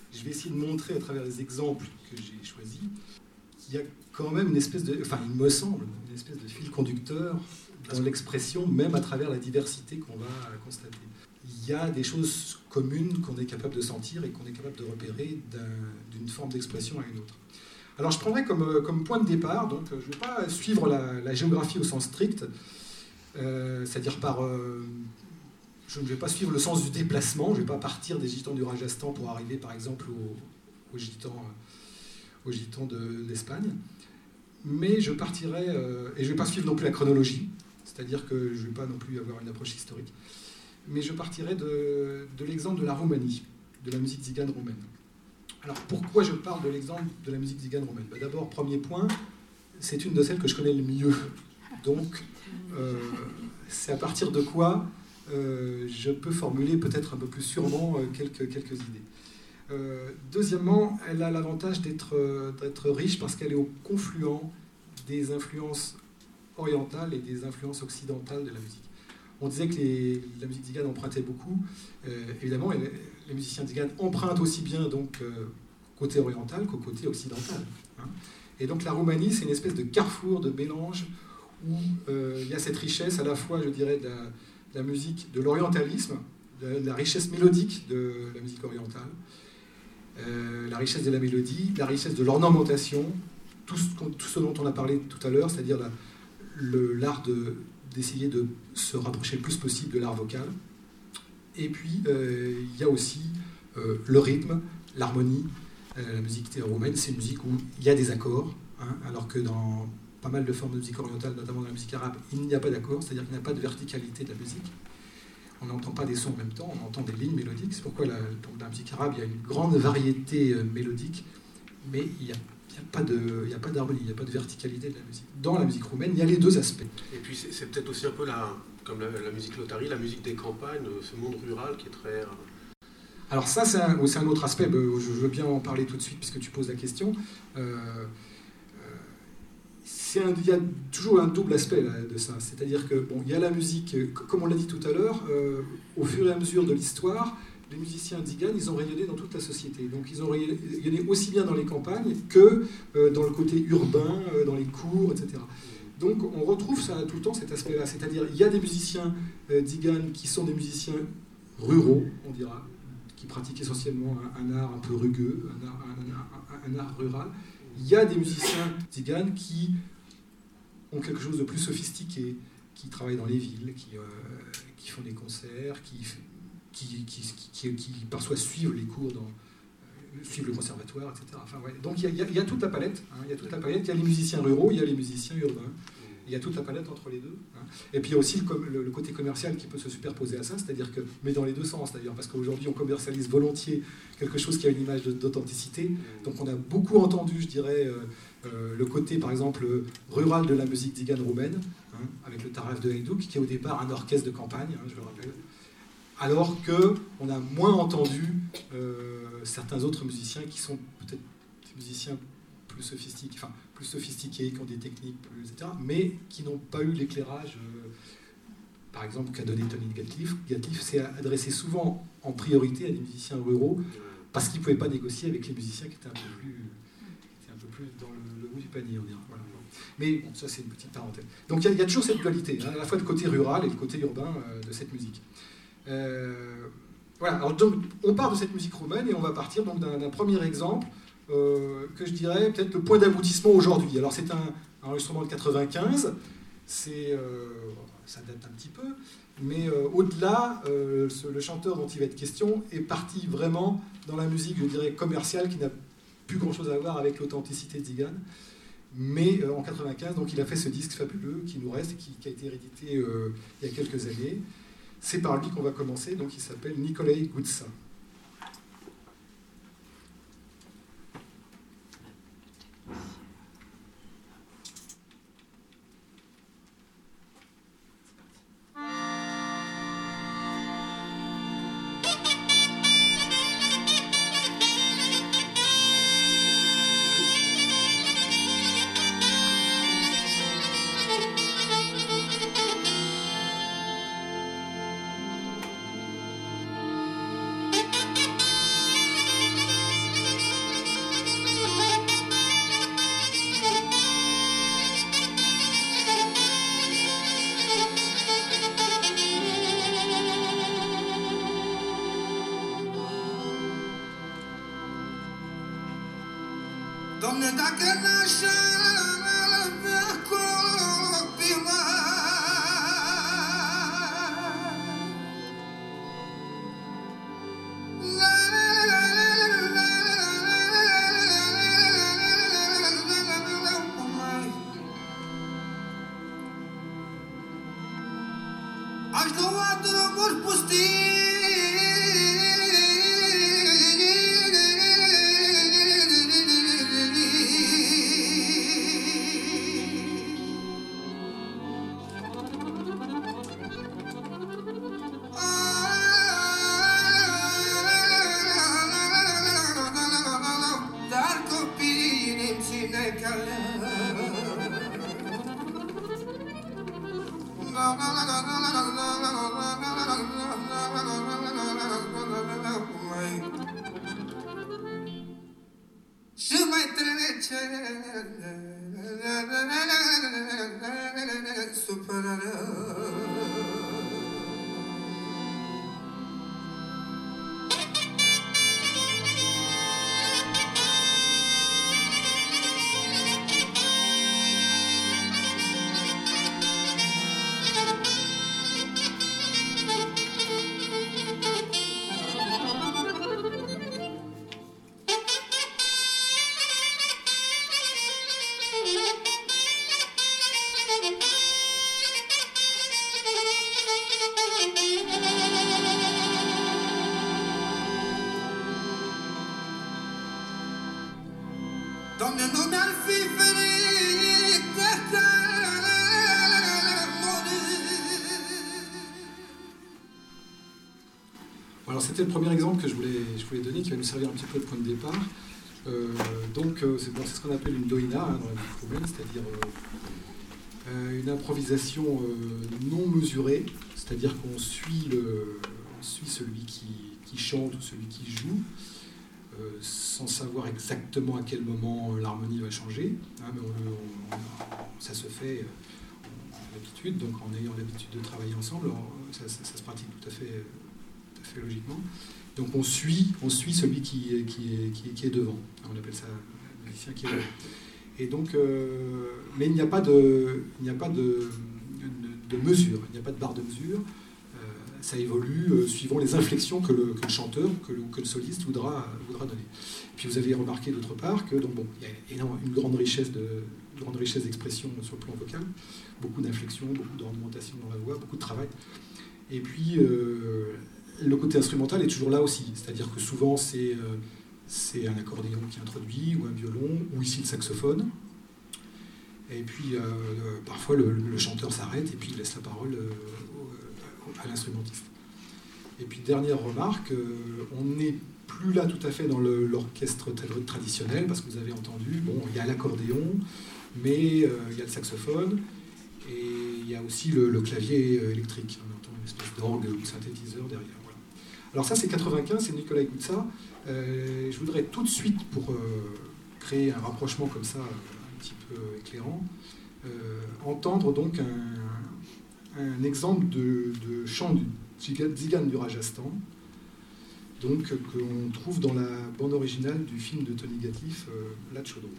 je vais essayer de montrer à travers les exemples que j'ai choisis qu'il y a quand même une espèce de, enfin il me semble, une espèce de fil conducteur dans l'expression, même à travers la diversité qu'on va constater. Il y a des choses communes qu'on est capable de sentir et qu'on est capable de repérer d'une forme d'expression à une autre. Alors je prendrai comme point de départ, donc je ne vais pas suivre la géographie au sens strict, c'est-à-dire je ne vais pas suivre le sens du déplacement, je ne vais pas partir des gitans du Rajasthan pour arriver par exemple aux gitans d'Espagne, mais je partirai, et je ne vais pas suivre non plus la chronologie, c'est-à-dire que je ne vais pas non plus avoir une approche historique, mais je partirai de l'exemple de la Roumanie, de la musique tzigane roumaine. Alors pourquoi je parle de l'exemple de la musique tzigane roumaine ? D'abord, premier point, c'est une de celles que je connais le mieux, donc c'est à partir de quoi je peux formuler peut-être un peu plus sûrement quelques idées. Deuxièmement, elle a l'avantage d'être riche parce qu'elle est au confluent des influences orientales et des influences occidentales de la musique. On disait que la musique tzigane empruntait beaucoup. Évidemment, les musiciens tziganes empruntent aussi bien donc, côté oriental qu'au côté occidental. Hein. Et donc la Roumanie, c'est une espèce de carrefour, de mélange, où il y a cette richesse à la fois, je dirais, de la musique, de l'orientalisme, de la richesse mélodique de la musique orientale, la richesse de la mélodie, la richesse de l'ornementation, tout ce dont on a parlé tout à l'heure, c'est-à-dire l'art d'essayer de se rapprocher le plus possible de l'art vocal. Et puis, il y a aussi le rythme, l'harmonie. La musique roumaine, c'est une musique où il y a des accords, hein, alors que dans pas mal de formes de musique orientale, notamment dans la musique arabe, il n'y a pas d'accords, c'est-à-dire qu'il n'y a pas de verticalité de la musique. On n'entend pas des sons en même temps, on entend des lignes mélodiques. C'est pourquoi dans la musique arabe, il y a une grande variété mélodique, mais il n'y a pas d'harmonie, il n'y a pas de verticalité de la musique. Dans la musique roumaine, il y a les deux aspects. Et puis c'est peut-être aussi un peu comme la musique lotari, la musique des campagnes, ce monde rural qui est très... Alors ça, c'est un autre aspect, je veux bien en parler tout de suite puisque tu poses la question. Il y a toujours un double aspect là, de ça, c'est-à-dire que il y a la musique, comme on l'a dit tout à l'heure, au fur et à mesure de l'histoire, les musiciens tziganes, ils ont rayonné dans toute la société. Donc ils ont rayonné aussi bien dans les campagnes que dans le côté urbain, dans les cours, etc. Donc on retrouve ça tout le temps, cet aspect-là, c'est-à-dire il y a des musiciens tziganes qui sont des musiciens ruraux, on dira, qui pratiquent essentiellement un art un peu rugueux, un art rural. Il y a des musiciens tziganes qui ont quelque chose de plus sophistiqué, qui travaillent dans les villes, qui font des concerts, qui parfois suivent les cours, suivent le conservatoire, etc. Enfin, ouais. Donc il y a toute la palette. Hein, il y a toute la palette. Il y a les musiciens ruraux, il y a les musiciens urbains. Il y a toute la palette entre les deux. Hein. Et puis il y a aussi le côté commercial qui peut se superposer à ça, c'est-à-dire que, mais dans les deux sens d'ailleurs, parce qu'aujourd'hui on commercialise volontiers quelque chose qui a une image d'authenticité. Donc on a beaucoup entendu, je dirais, le côté par exemple rural de la musique tzigane roumaine, hein, avec le Taraf de Haïdouk, qui est au départ un orchestre de campagne, hein, je le rappelle. Alors qu'on a moins entendu certains autres musiciens qui sont peut-être des musiciens plus sophistiqués, qui ont des techniques, etc., mais qui n'ont pas eu l'éclairage, par exemple, qu'a donné Tony Gatliff. Gatliff s'est adressé souvent en priorité à des musiciens ruraux, parce qu'il ne pouvait pas négocier avec les musiciens qui étaient un peu plus dans le haut du panier, on dirait. Voilà. Mais bon, ça c'est une petite parenthèse. Donc il y a toujours cette dualité, hein, à la fois le côté rural et le côté urbain de cette musique. Voilà, alors donc, on part de cette musique roumaine et on va partir donc d'un premier exemple que je dirais peut-être le point d'aboutissement aujourd'hui. Alors c'est un enregistrement de 95, ça date un petit peu, mais au-delà, le chanteur dont il va être question est parti vraiment dans la musique, je dirais, commerciale, qui n'a plus grand-chose à voir avec l'authenticité tzigane. Mais en 95, donc, il a fait ce disque fabuleux qui nous reste et qui a été réédité il y a quelques années. C'est par lui qu'on va commencer, donc il s'appelle Nikolai Goutsa. Doamne, dacă n-așa avea copii aș lua drumuri pustii. Dar copiii îmi ține calea. Și mai trece supărarea. Doamne, nu mi-ar fi ferit de Alors c'était le premier exemple que je voulais donner, qui va nous servir un petit peu de point de départ. C'est bon, ce qu'on appelle une doïna hein, dans la musique roumaine, c'est-à-dire une improvisation non mesurée, c'est-à-dire qu'on suit celui qui chante ou celui qui joue, sans savoir exactement à quel moment l'harmonie va changer, hein, mais ça se fait en habitude, donc en ayant l'habitude de travailler ensemble, ça se pratique tout à fait logiquement. Donc on suit celui qui est devant. On appelle ça le musicien qui est devant. Et donc, mais il n'y a pas de mesure, il n'y a pas de barre de mesure. Ça évolue suivant les inflexions que le chanteur, que le soliste voudra donner. Puis vous avez remarqué d'autre part que donc, bon, il y a une grande richesse d'expression sur le plan vocal, beaucoup d'inflexions, beaucoup d'ornementation dans la voix, beaucoup de travail. Et puis le côté instrumental est toujours là aussi, c'est-à-dire que souvent c'est un accordéon qui introduit, ou un violon, ou ici le saxophone. Et puis parfois le chanteur s'arrête et puis il laisse la parole à l'instrumentiste. Et puis dernière remarque, on n'est plus là tout à fait dans l'orchestre traditionnel, parce que vous avez entendu, bon, il y a l'accordéon, mais il y a le saxophone, et il y a aussi le clavier électrique. On entend une espèce d'orgue ou synthétiseur derrière. Voilà. Alors ça c'est 95, c'est Nicolas Gutsa. Je voudrais tout de suite, pour créer un rapprochement comme ça, un petit peu éclairant, entendre donc un exemple de chant du Tzigane du Rajasthan, donc que l'on trouve dans la bande originale du film de Tony Gatlif, La Chodron.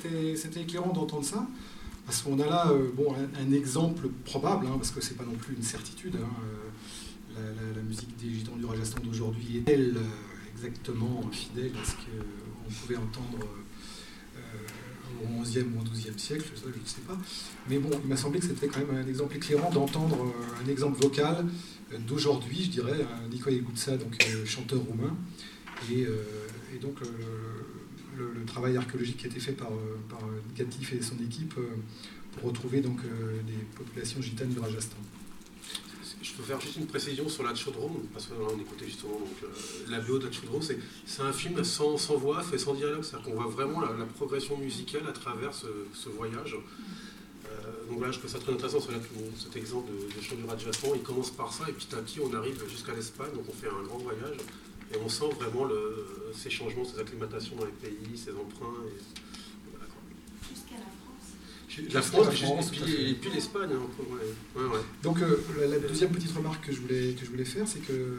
c'était éclairant d'entendre ça, parce qu'on a là un exemple probable, parce que c'est pas non plus une certitude. La musique des Gitans du Rajasthan d'aujourd'hui est-elle exactement fidèle à ce qu'on pouvait entendre au XIe ou au XIIe siècle, ça, je ne sais pas. Mais bon, il m'a semblé que c'était quand même un exemple éclairant d'entendre un exemple vocal d'aujourd'hui, je dirais, Nicolae Gutsa, donc chanteur roumain, et donc le travail archéologique qui a été fait par Gatif et son équipe pour retrouver donc des populations gitanes du Rajasthan. Je peux faire juste une précision sur l'Atchodrome, parce qu'on écoutait justement la BO d'Atchodrome, c'est un film sans voix, fait sans dialogue, c'est-à-dire qu'on voit vraiment la progression musicale à travers ce voyage. Donc voilà, je trouve ça très intéressant, cet exemple de chant du Rajasthan, il commence par ça, et petit à petit on arrive jusqu'à l'Espagne, donc on fait un grand voyage, et on sent vraiment ces changements, ces acclimatations dans les pays, ces emprunts. La France, et puis l'Espagne. Ouais. Donc la deuxième petite remarque que je voulais faire, c'est que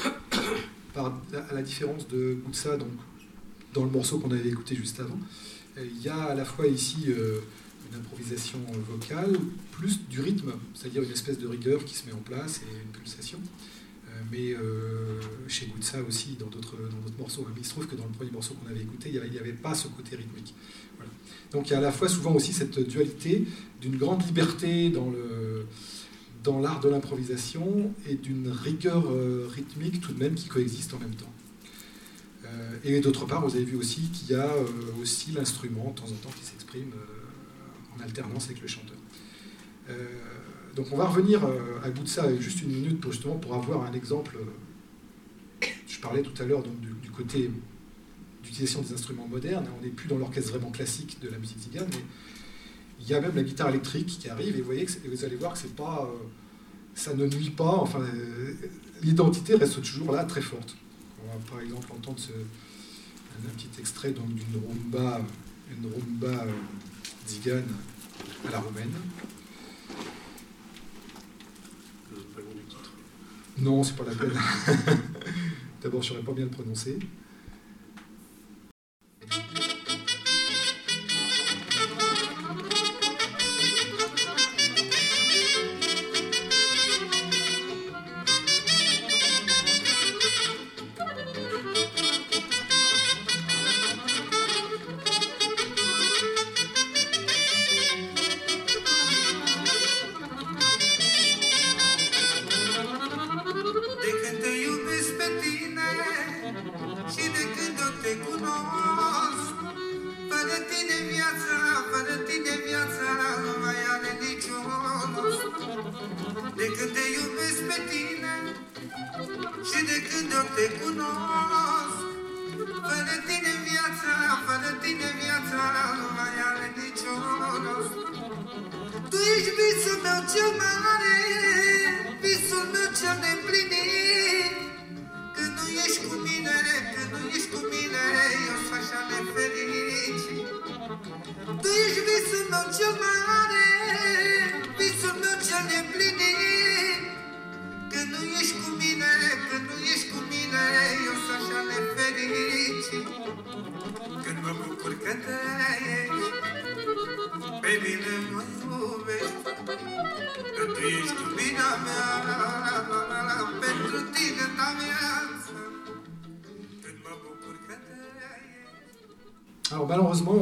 à la différence de Gutsa, donc dans le morceau qu'on avait écouté juste avant, il y a à la fois ici une improvisation vocale, plus du rythme, c'est-à-dire une espèce de rigueur qui se met en place et une pulsation. Mais chez Gutsa aussi, dans d'autres morceaux. Mais il se trouve que dans le premier morceau qu'on avait écouté, il n'y avait pas ce côté rythmique. Voilà. Donc il y a à la fois souvent aussi cette dualité d'une grande liberté dans l'art de l'improvisation et d'une rigueur rythmique tout de même qui coexiste en même temps. Et d'autre part, vous avez vu aussi qu'il y a aussi l'instrument de temps en temps qui s'exprime en alternance avec le chanteur. Donc on va revenir à Gutsa juste une minute pour avoir un exemple. Je parlais tout à l'heure donc, du côté d'utilisation des instruments modernes. On n'est plus dans l'orchestre vraiment classique de la musique tzigane, mais il y a même la guitare électrique qui arrive et vous allez voir que c'est pas, ça ne nuit pas. Enfin, l'identité reste toujours là, très forte. On va par exemple entendre un petit extrait donc, d'une rumba tzigane à la roumaine. Pas le nom du titre. Non, c'est pas la peine. D'abord, je ne saurais pas bien le prononcer. Alors malheureusement,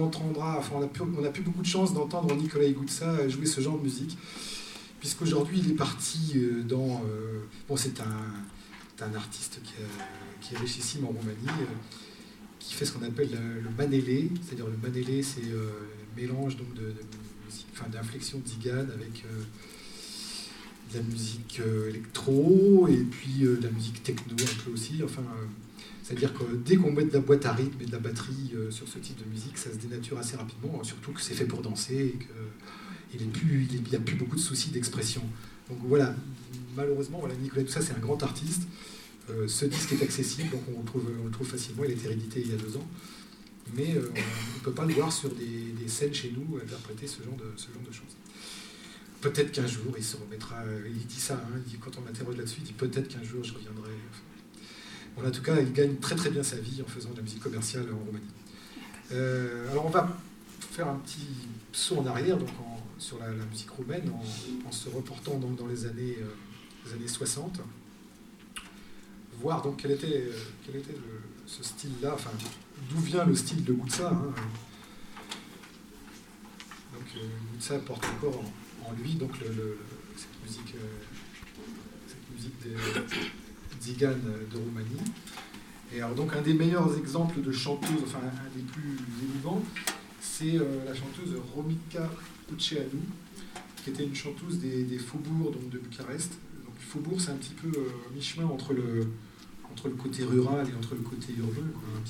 on n'a plus beaucoup de chance d'entendre Nicolae Gutsa jouer ce genre de musique, puisqu'aujourd'hui il est parti dans... c'est un artiste qui est richissime en Roumanie, qui fait ce qu'on appelle le manélé, c'est-à-dire le manélé, c'est le mélange donc, d'inflexion tzigane avec de la musique électro, et puis de la musique techno un peu aussi, c'est-à-dire que dès qu'on met de la boîte à rythme et de la batterie sur ce type de musique, ça se dénature assez rapidement, surtout que c'est fait pour danser et qu'il n'y a plus beaucoup de soucis d'expression. Donc voilà, malheureusement, Nicolae Gutsa, c'est un grand artiste. Ce disque est accessible, donc on le trouve facilement, il a été réédité il y a 2 ans. Mais on ne peut pas le voir sur des scènes chez nous, interpréter ce genre de choses. Peut-être qu'un jour, il se remettra... Il dit ça, quand on m'interroge là-dessus, il dit peut-être qu'un jour, je reviendrai... En tout cas, il gagne très très bien sa vie en faisant de la musique commerciale en Roumanie. Alors on va faire un petit saut en arrière donc sur la musique roumaine en se reportant donc dans les années 60, voir donc quel était ce style-là, enfin d'où vient le style de Guța. Hein. Donc Guța porte encore en lui donc cette musique des tziganes de Roumanie. Et alors donc un des meilleurs exemples de chanteuse, enfin un des plus émouvants, c'est la chanteuse Romica Uceanu, qui était une chanteuse des faubourgs donc, de Bucarest. Donc le faubourg, c'est un petit peu mi-chemin entre le côté rural et entre le côté urbain, quoi, un petit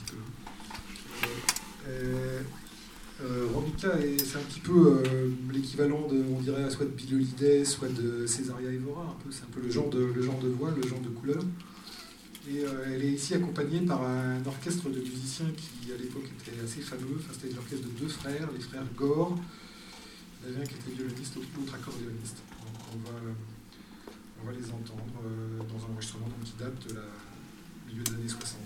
peu. Romica, c'est un petit peu l'équivalent on dirait, soit de Billie Holiday, soit de Césaria Évora, c'est un peu le genre de voix, le genre de couleur. Et elle est ici accompagnée par un orchestre de musiciens qui, à l'époque, était assez fameux. Enfin, c'était l'orchestre de deux frères, les frères Gore. Il y en avait un qui était violoniste, l'autre accordéoniste. Donc on va les entendre dans un enregistrement qui date de milieu des années 60.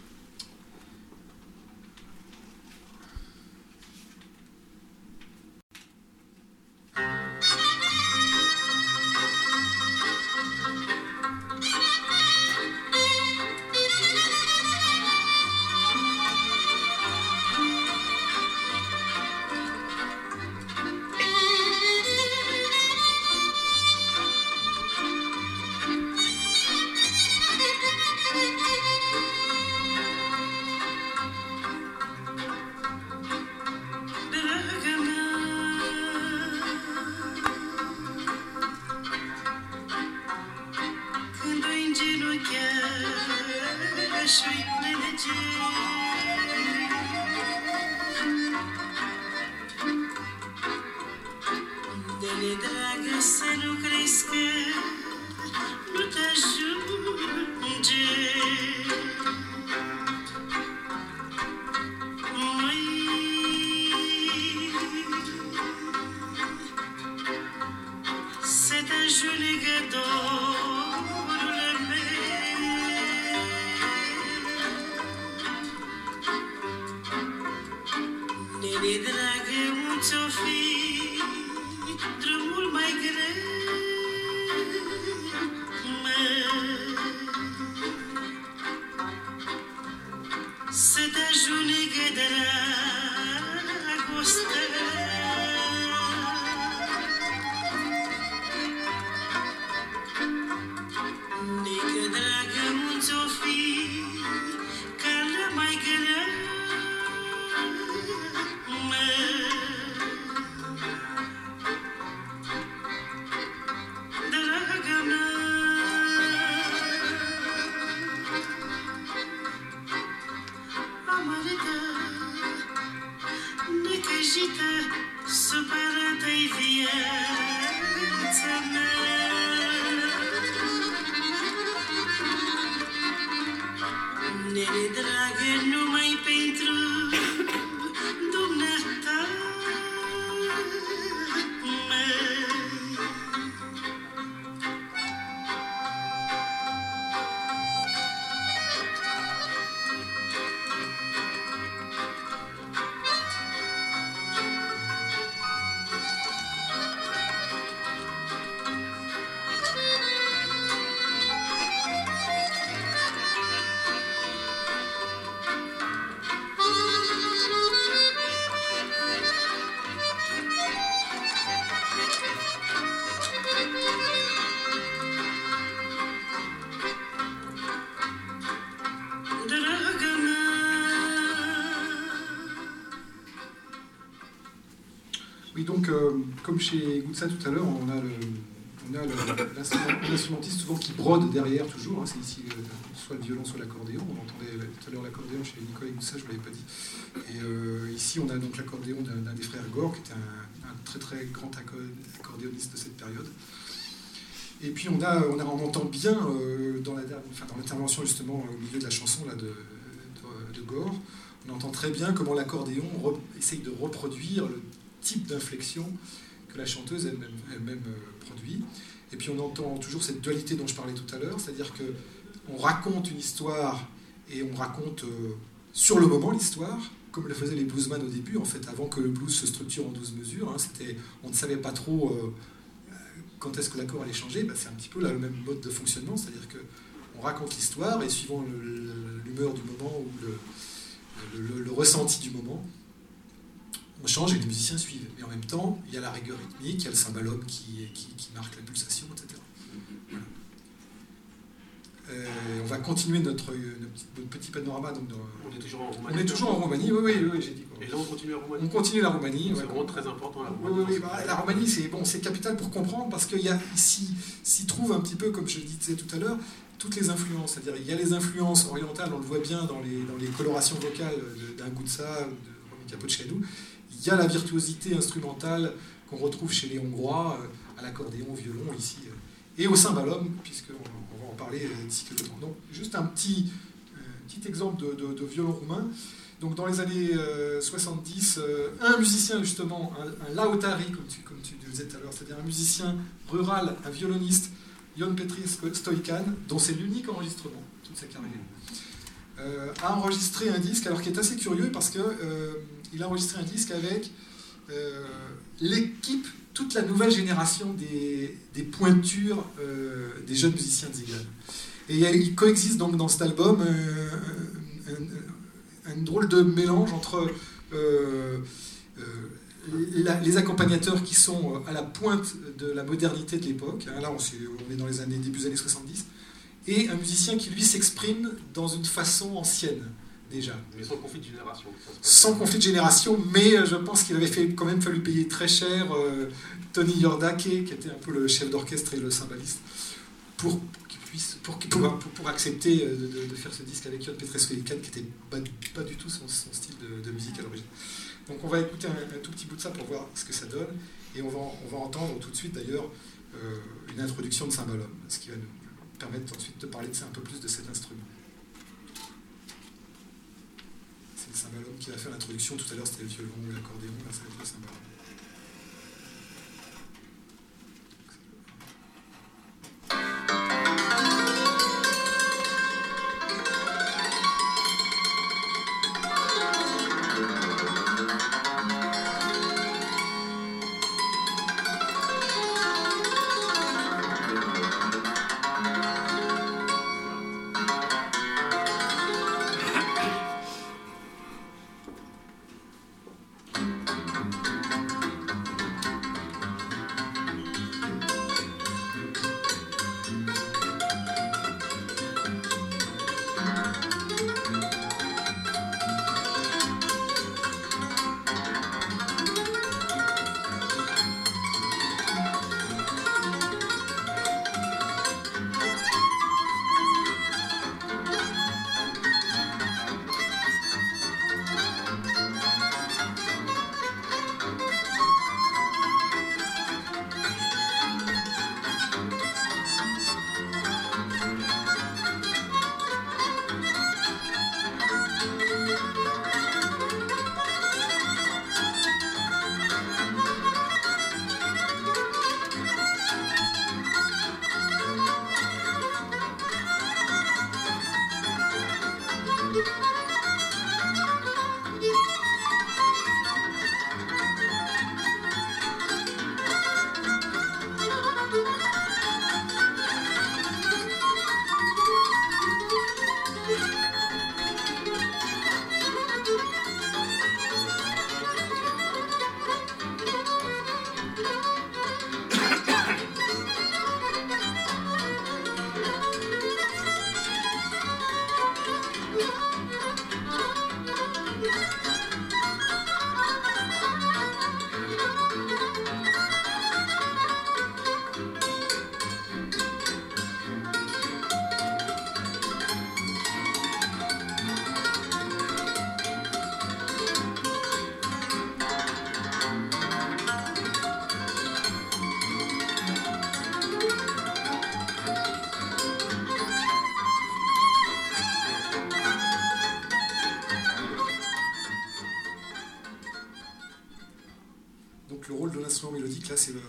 Oui, donc, comme chez Guța tout à l'heure, on a l'instrumentiste souvent qui brode derrière toujours. Hein, c'est ici soit le violon, soit l'accordéon. On entendait tout à l'heure l'accordéon chez Nicolas Guța, je ne l'avais pas dit. Et ici, on a donc l'accordéon d'un des frères Gore, qui était un très très grand accordéoniste de cette période. Et puis on entend bien dans l'intervention justement au milieu de la chanson là, de Gore, on entend très bien comment l'accordéon essaye de reproduire le type d'inflexion que la chanteuse elle-même produit. Et puis on entend toujours cette dualité dont je parlais tout à l'heure, c'est-à-dire qu'on raconte une histoire et on raconte sur le moment l'histoire, comme le faisaient les bluesman au début, en fait, avant que le blues se structure en 12 mesures. Hein, on ne savait pas trop quand est-ce que l'accord allait changer. C'est un petit peu là, le même mode de fonctionnement, c'est-à-dire qu'on raconte l'histoire et suivant l'humeur du moment ou le ressenti du moment, on change et les musiciens suivent. Mais en même temps, il y a la rigueur rythmique, il y a le cymbalum qui marque la pulsation, etc. Voilà. On va continuer notre petit panorama. Donc on est toujours en Roumanie. On est toujours en Roumanie, oui, j'ai dit. Et là, on continue en Roumanie. On continue la Roumanie. C'est vraiment très important, la Roumanie. Oui, la Roumanie, c'est capital pour comprendre, parce qu'il y a ici, s'y trouve un petit peu, comme je le disais tout à l'heure, toutes les influences. C'est-à-dire, il y a les influences orientales, on le voit bien dans les colorations vocales d'un Gutsa ou de Romi Capocciano. Il y a la virtuosité instrumentale qu'on retrouve chez les Hongrois, à l'accordéon, au violon, ici, et au cymbalum, puisqu'on va en parler d'ici quelques temps. Donc, juste un petit exemple de violon roumain. Donc, dans les années 70, un musicien, justement, un lautari, comme tu disais tout à l'heure, c'est-à-dire un musicien rural, un violoniste, Ion Petri Stoican, dont c'est l'unique enregistrement de toute sa carrière, a enregistré un disque, alors qui est assez curieux, parce qu'il a enregistré un disque avec l'équipe, toute la nouvelle génération des pointures des jeunes musiciens de Zigan. Et il coexiste donc dans cet album un drôle de mélange entre les accompagnateurs qui sont à la pointe de la modernité de l'époque, hein, là on est dans les début des années 70, et un musicien qui lui s'exprime dans une façon ancienne déjà. Mais sans conflit de génération. Sans conflit de génération, mais je pense qu'il avait quand même fallu payer très cher Tony Iordache, qui était un peu le chef d'orchestre et le cymbaliste, pour accepter de faire ce disque avec Ion Petrescu-Stoican, qui n'était pas du tout son style de musique à l'origine. Donc on va écouter un tout petit bout de ça pour voir ce que ça donne, et on va entendre tout de suite d'ailleurs une introduction de cymbalum, ce qui va nous permettre ensuite de parler un peu plus de cet instrument. C'est le cymbalum qui va faire l'introduction. Tout à l'heure c'était le violon ou l'accordéon, là ça va être le cymbalum. Le rôle de l'instrument mélodique, là, c'est le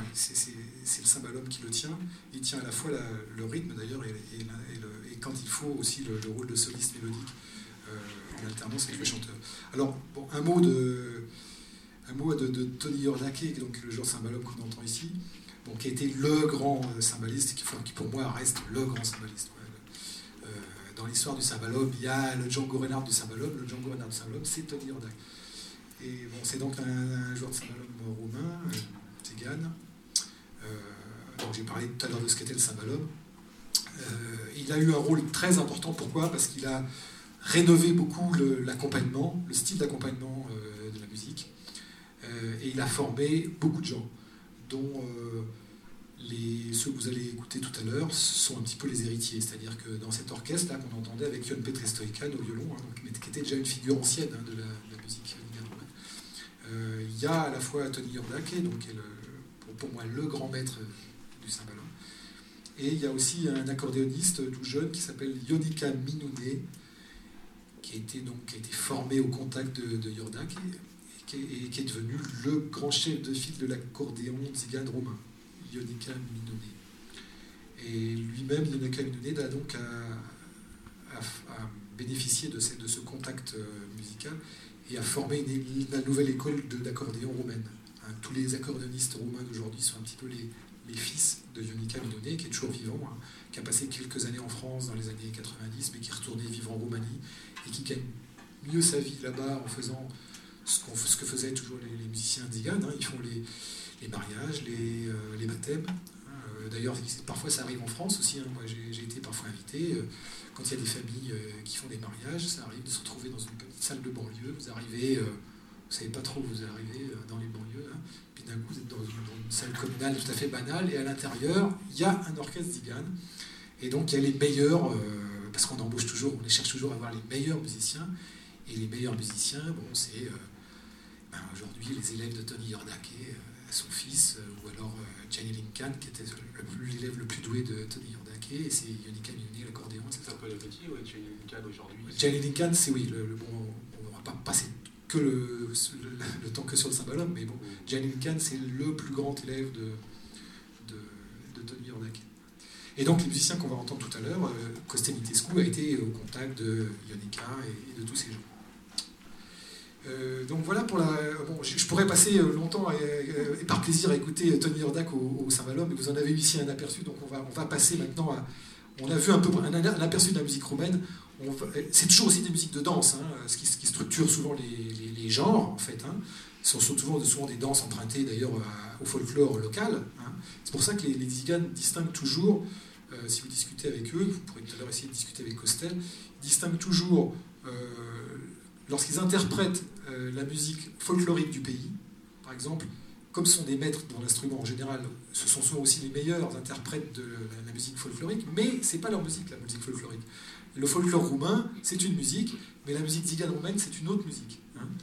cymbalum qui le tient. Il tient à la fois le rythme, d'ailleurs, et quand il faut aussi le rôle de soliste mélodique en alternance avec le chanteur. Alors, bon, un mot de Tony Iordache, donc le joueur cymbalum qu'on entend ici, bon, qui a été le grand cymbaliste, qui pour moi reste le grand cymbaliste. Ouais. Dans l'histoire du cymbalum, il y a le Django Reinhardt du cymbalum. Le Django Reinhardt du cymbalum, c'est Tony Iordache. Et bon, c'est donc un joueur de cymbalum roumain, tzigane. Donc j'ai parlé tout à l'heure de ce qu'était le cymbalum. Il a eu un rôle très important. Pourquoi ? Parce qu'il a rénové beaucoup l'accompagnement, le style d'accompagnement de la musique. Et il a formé beaucoup de gens, dont ceux que vous allez écouter tout à l'heure sont un petit peu les héritiers. C'est-à-dire que dans cet orchestre-là qu'on entendait avec Ion Petre Stoican au violon, qui était déjà une figure ancienne de la musique roumaine, il y a à la fois Tony Iordache, donc qui est pour moi le grand maître du cymbalum, et il y a aussi un accordéoniste tout jeune qui s'appelle Ionica Minune, qui a été formé au contact de Iordache et qui est devenu le grand chef de file de l'accordéon tzigane roumain, Ionica Minune. Et lui-même, Ionica Minune, a donc à bénéficier de ce contact musical et a formé la nouvelle école d'accordéon roumaine. Tous les accordéonistes roumains d'aujourd'hui sont un petit peu les fils de Ionica Minune, qui est toujours vivant, qui a passé quelques années en France dans les années 90, mais qui est retourné vivre en Roumanie et qui gagne mieux sa vie là-bas en faisant ce que faisaient toujours les musiciens tziganes. Ils font les mariages, les baptêmes. D'ailleurs, parfois ça arrive en France aussi. Moi, j'ai été parfois invité. Quand il y a des familles qui font des mariages, ça arrive de se retrouver dans une petite salle de banlieue. Vous arrivez, vous ne savez pas trop où vous arrivez dans les banlieues. Puis d'un coup, vous êtes dans une salle communale tout à fait banale. Et à l'intérieur, il y a un orchestre tzigane. Et donc, il y a les meilleurs, parce qu'on embauche toujours, on les cherche toujours à avoir les meilleurs musiciens. Et les meilleurs musiciens, bon, c'est aujourd'hui les élèves de Tony Iordache, son fils, ou alors Gianni Lincoln, qui était l'élève le plus doué de Tony Iordache, et c'est Ionica Minune, l'accordéon, etc. C'est un peu le petit, ouais, Gianni Lincoln aujourd'hui. Gianni Lincoln, c'est oui, bon, on ne va pas passer que le temps que sur le cymbalum, mais bon, Gianni Lincoln, c'est le plus grand élève de Tony Iordache. Et donc les musiciens qu'on va entendre tout à l'heure, Costel Nitescu a été au contact de Ionica et de tous ces gens. Donc voilà pour je pourrais passer longtemps et par plaisir à écouter Tony Iordache au cymbalum, mais vous en avez eu ici un aperçu, donc on va passer maintenant à... On a vu un peu un aperçu de la musique roumaine. C'est toujours aussi des musiques de danse, ce qui structure souvent les genres, en fait. Ce sont souvent des danses empruntées d'ailleurs au folklore local. C'est pour ça que les tziganes distinguent toujours, si vous discutez avec eux, vous pourrez tout à l'heure essayer de discuter avec Costel, ils distinguent toujours... lorsqu'ils interprètent la musique folklorique du pays, par exemple, comme ce sont des maîtres dans l'instrument en général, ce sont souvent aussi les meilleurs interprètes de la musique folklorique, mais ce n'est pas leur musique, la musique folklorique. Le folklore roumain, c'est une musique, mais la musique tzigane roumaine, c'est une autre musique.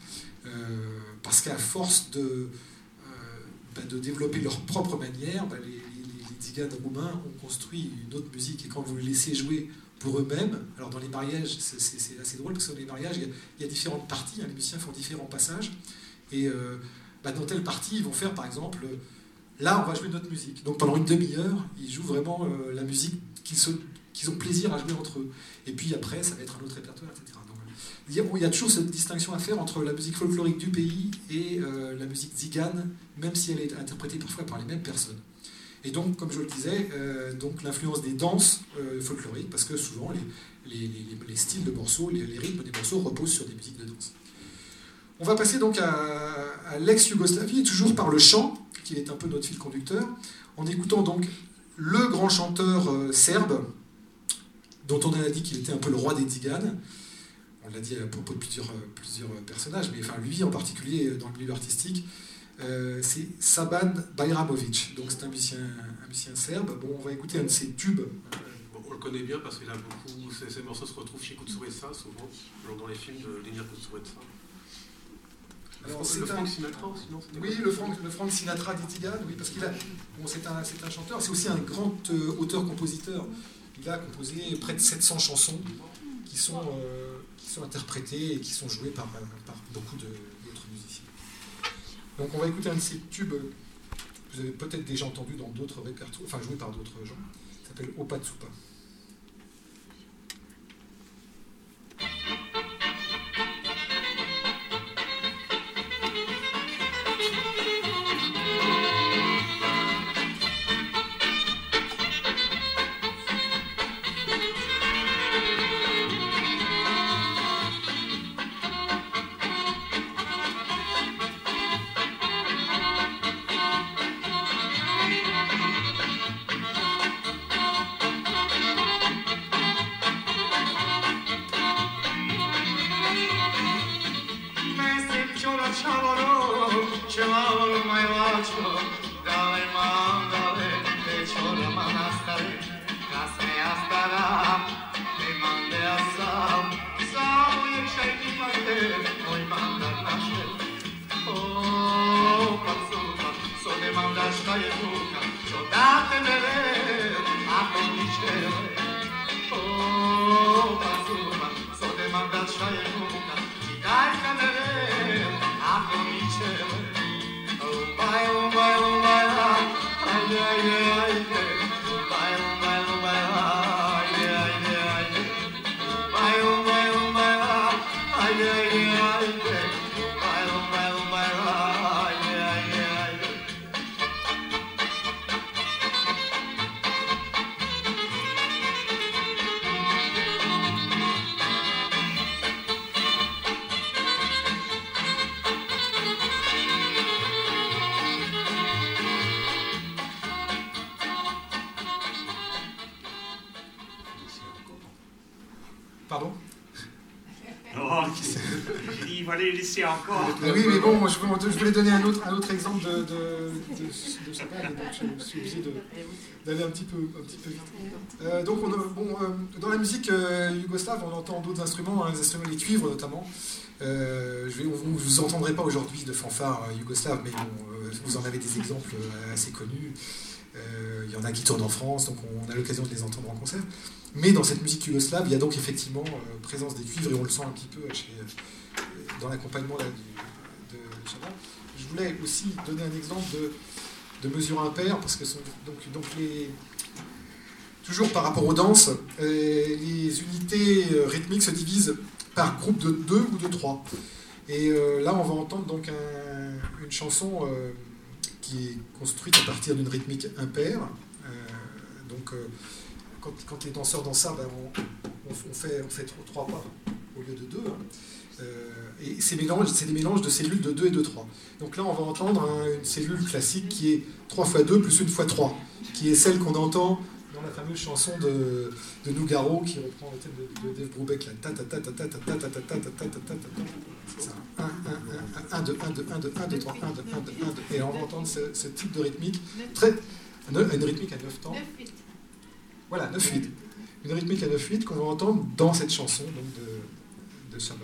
Parce qu'à force de développer leur propre manière, les tziganes roumains ont construit une autre musique, et quand vous les laissez jouer pour eux-mêmes. Alors dans les mariages, c'est assez drôle parce que dans les mariages, il y a différentes parties, les musiciens font différents passages, et dans telle partie, ils vont faire par exemple, là on va jouer notre musique. Donc pendant une demi-heure, ils jouent vraiment la musique qu'ils ont plaisir à jouer entre eux. Et puis après, ça va être un autre répertoire, etc. Donc, il y a toujours cette distinction à faire entre la musique folklorique du pays et la musique tzigane, même si elle est interprétée parfois par les mêmes personnes. Et donc, comme je le disais, donc l'influence des danses folkloriques, parce que souvent les styles de morceaux, les rythmes des morceaux reposent sur des musiques de danse. On va passer donc à l'ex-Yougoslavie, toujours par le chant, qui est un peu notre fil conducteur, en écoutant donc le grand chanteur serbe, dont on a dit qu'il était un peu le roi des tziganes. On l'a dit à propos de plusieurs personnages, mais enfin lui en particulier dans le milieu artistique. C'est Saban Bajramović, donc c'est un musicien serbe. Bon, on va écouter un de ses tubes. On le connaît bien parce qu'il a beaucoup. Ses morceaux se retrouvent chez Kutsuretsa, souvent, dans les films de Lenir Kutsuretsa. Alors, le Frank Sinatra aussi, non? Oui, le Frank Sinatra des tziganes, oui, parce c'est un chanteur, c'est aussi un grand auteur-compositeur. Il a composé près de 700 chansons qui sont interprétées et qui sont jouées par beaucoup d'autres musiciens. Donc on va écouter un de ces tubes que vous avez peut-être déjà entendu dans d'autres répertoires, enfin joué par d'autres gens, qui s'appelle Opa Tsupa. mai ocho, dale mandale, hecho la manastare, casme astara, me mande asam, sao yekşay kimate, oy mandar naşe. Oh, pazzuta, so ne mandaš kaj je tuka, čo dáte vele, ako ničele. Oh, pazzuta, so ne mandaš kaj je tuka, ti dajte vele, ako ničele. Oh, baj, aj, aj, aj, baj, aj, aj, aj, baj, aj, aj, Pardon? Oh, j'ai dit, il va les laisser encore. Oui, mais bon, je voulais donner un autre exemple de Chopin, et donc je suis obligé d'aller un petit peu vite. Donc, dans la musique yougoslave, on entend d'autres instruments, les cuivres notamment. Vous entendrez pas aujourd'hui de fanfare yougoslave, mais bon, vous en avez des exemples assez connus. Il y en a qui tournent en France, donc on a l'occasion de les entendre en concert. Mais dans cette musique yougoslave, il y a donc effectivement présence des cuivres, et on le sent un petit peu dans l'accompagnement de Chopin. Je voulais aussi donner un exemple de mesure impaire, parce que toujours par rapport aux danses, les unités rythmiques se divisent par groupe de 2 ou de 3. Et là, on va entendre donc une chanson qui est construite à partir d'une rythmique impaire. Quand les danseurs dansent ça, on fait 3 pas au lieu de 2. Et c'est des mélanges de cellules de 2 et de 3. Donc là, on va entendre une cellule classique qui est 3 x 2 plus 1 x 3, qui est celle qu'on entend dans la fameuse chanson de Nougaro, qui reprend le thème de Dave Brubeck, là. C'est ça. 1, 2, 1, 2, 1, 2, 1, 2, 3, 1, 2, 1, 2, 1, 2. Et on va entendre ce type de rythmique, une rythmique à 9 temps. Voilà, 9-8. Une rythmique à 9-8 qu'on va entendre dans cette chanson donc de Shaban.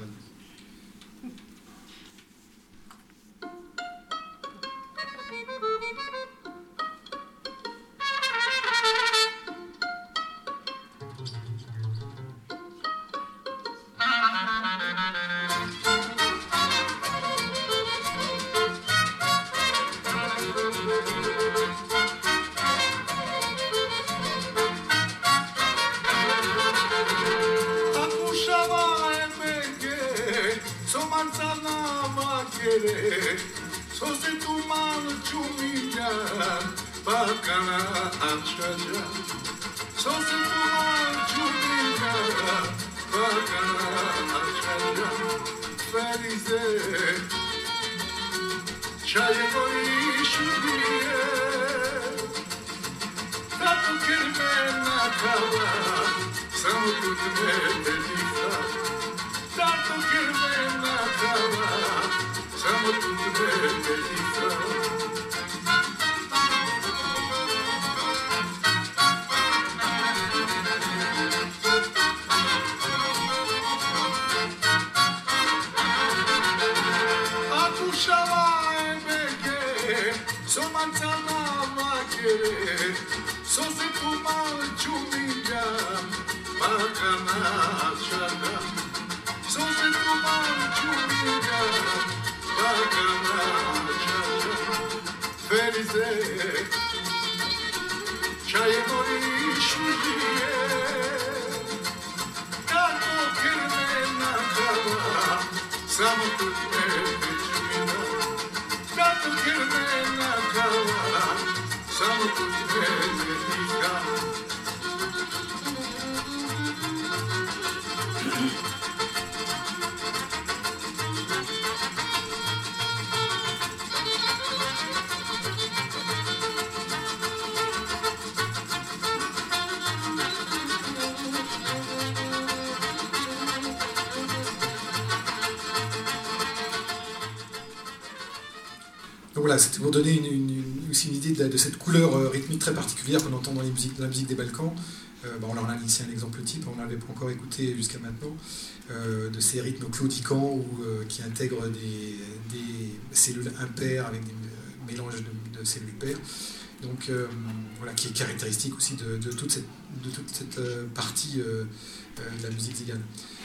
voilà, c'était pour donner aussi une idée de cette couleur rythmique très particulière qu'on entend dans la musique des Balkans. On en a ici un exemple type, on n'avait pas encore écouté jusqu'à maintenant, de ces rythmes claudicants qui intègrent des cellules impaires avec des mélanges de cellules paires. Donc voilà, qui est caractéristique aussi de toute cette partie de la musique zigane.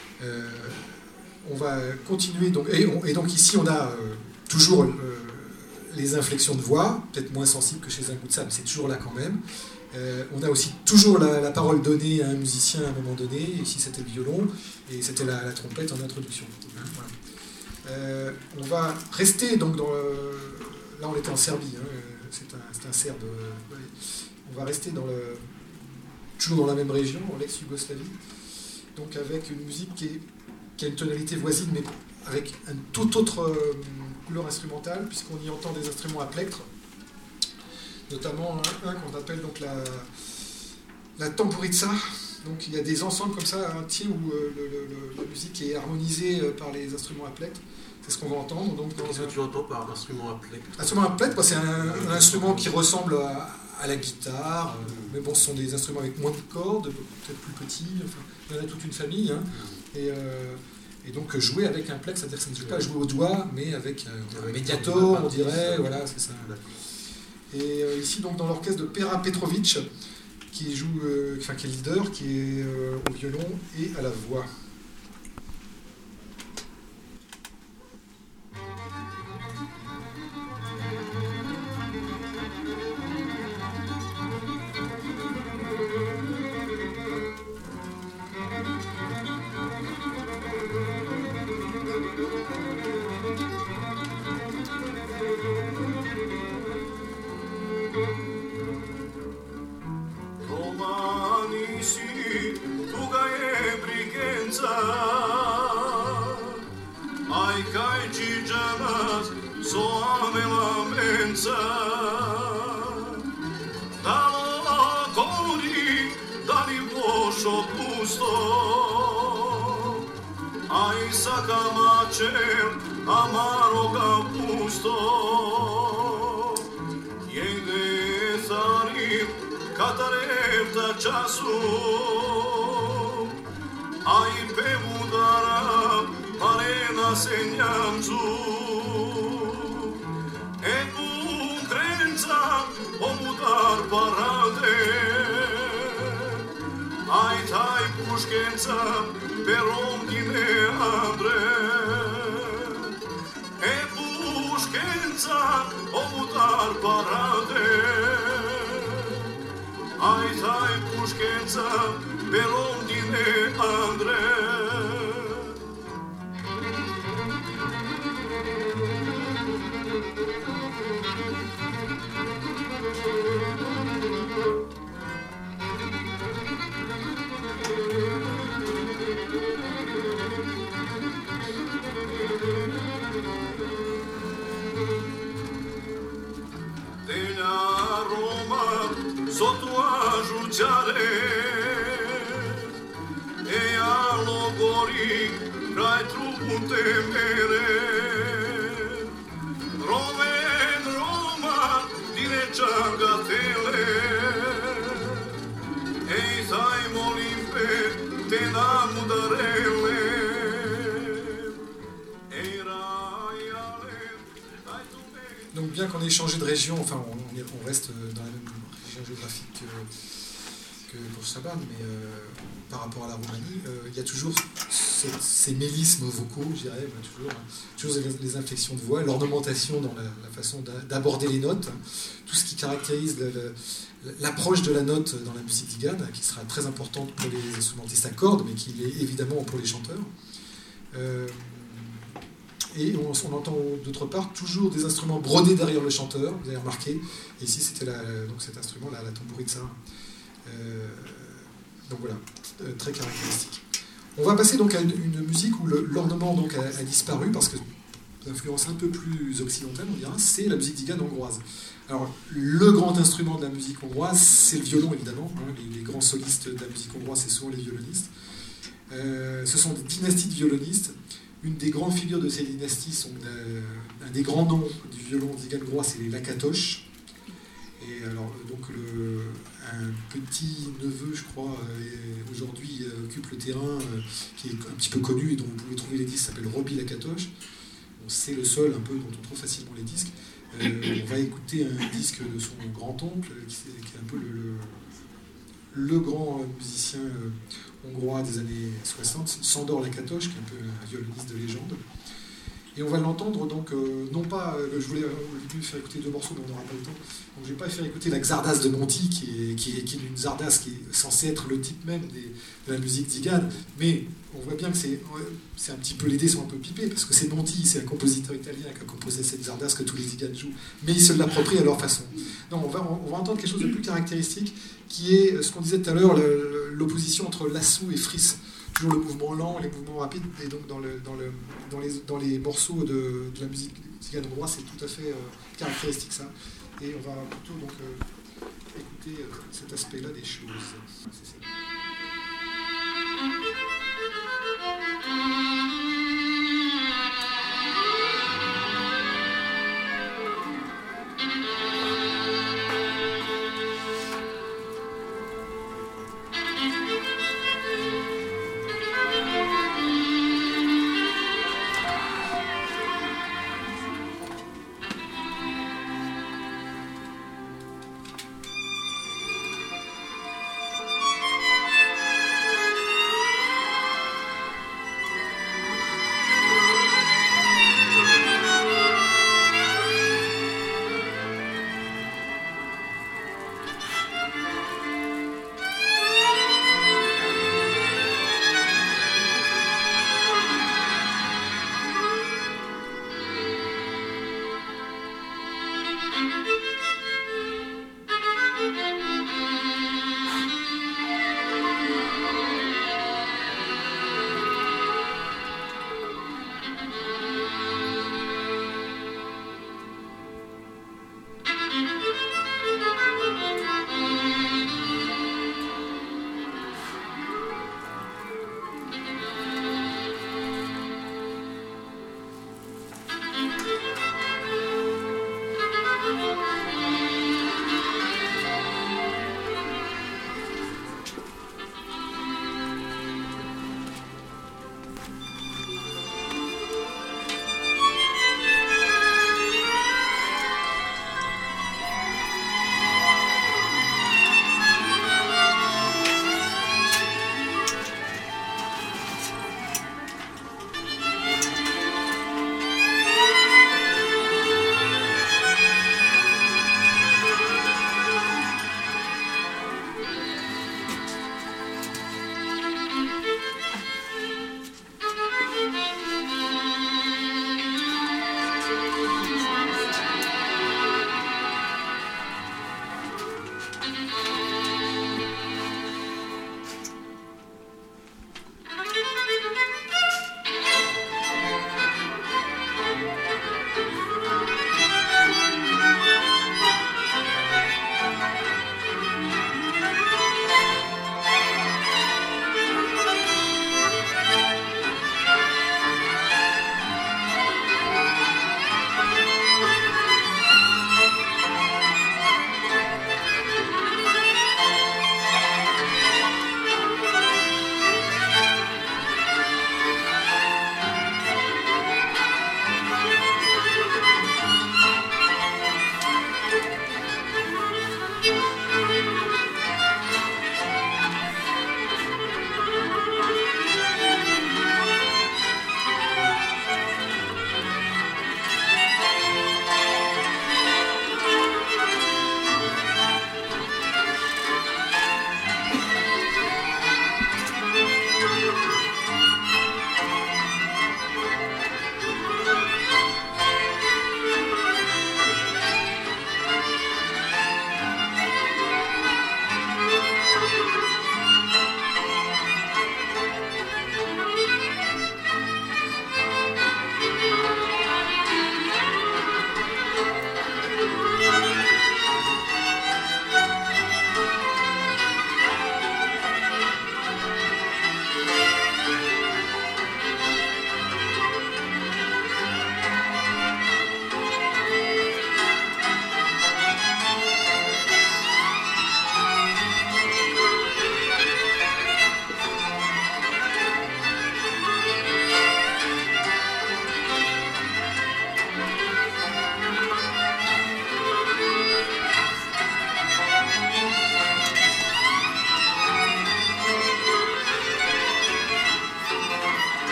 On va continuer, et donc ici on a toujours les inflexions de voix, peut-être moins sensibles que chez un Goutsam, mais c'est toujours là quand même. On a aussi toujours la parole donnée à un musicien à un moment donné, ici c'était le violon, et c'était la trompette en introduction. Voilà. On va rester donc dans... là on était en Serbie, c'est un Serbe. On va rester toujours dans la même région, en l'ex-Yougoslavie, donc avec une musique qui a une tonalité voisine, mais avec une toute autre couleur instrumentale, puisqu'on y entend des instruments à plectre, notamment un qu'on appelle donc la tambouritsa. Donc il y a des ensembles comme ça, où la musique est harmonisée par les instruments à plectre. C'est ce qu'on va entendre. Qu'est-ce que tu entends par instrument à plectre? Instrument à plectre, c'est un instrument qui ressemble à la guitare, mais bon, ce sont des instruments avec moins de cordes, peut-être plus petits. Enfin, il y en a toute une famille. Et donc jouer avec un plectre, c'est-à-dire que ça ne joue pas à jouer au doigt, mais avec un médiator, on dirait. Voilà, c'est ça. Et ici, donc, dans l'orchestre de Pera Petrovic, qui est leader, qui est au violon et à la voix. Donc bien qu'on ait changé de région, enfin on reste dans la même région géographique que pour Shaban, mais par rapport à la Roumanie, il y a toujours ces mélismes vocaux, je dirais, toujours les inflexions de voix, l'ornementation dans la façon d'aborder les notes, tout ce qui caractérise l'approche de la note dans la musique zigane, qui sera très importante pour les instrumentistes à cordes, mais qui l'est évidemment pour les chanteurs. Et on entend d'autre part toujours des instruments brodés derrière le chanteur, vous avez remarqué. Et ici, c'était donc cet instrument-là, la tambouritsa. Donc voilà, très caractéristique. On va passer donc à une musique où l'ornement donc a disparu, parce que l'influence un peu plus occidentale, on dira, c'est la musique zigane hongroise. Alors, le grand instrument de la musique hongroise, c'est le violon, évidemment. Les grands solistes de la musique hongroise, c'est souvent les violonistes. Ce sont des dynasties de violonistes. Une des grandes figures de ces dynasties sont un des grands noms du violon tzigane hongrois, c'est les Lakatosh. Et alors, donc, un petit neveu, je crois, aujourd'hui occupe le terrain, qui est un petit peu connu et dont vous pouvez trouver les disques, s'appelle Robbie Lakatosh. Bon, c'est le seul un peu dont on trouve facilement les disques. On va écouter un disque de son grand-oncle, qui est un peu le grand musicien hongrois des années 60, Sándor Lakatosh, qui est un peu un violoniste de légende. Et on va l'entendre, donc, non pas, je voulais faire écouter 2 morceaux, mais on n'aura pas le temps. Donc je ne vais pas faire écouter la Czardas de Monti, qui est une Czardas qui est censée être le type même de la musique tzigane, mais on voit bien que c'est un petit peu, les dés sont un peu pipés, parce que c'est Monti, c'est un compositeur italien qui a composé cette Czardas que tous les tziganes jouent, mais ils se l'approprient à leur façon. Donc on va entendre quelque chose de plus caractéristique, qui est ce qu'on disait tout à l'heure, l'opposition entre lassou et fris. Toujours le mouvement lent, les mouvements rapides, et donc dans les morceaux de la musique tzigane hongroise, c'est tout à fait caractéristique ça. Et on va plutôt donc écouter cet aspect-là des choses. C'est ça.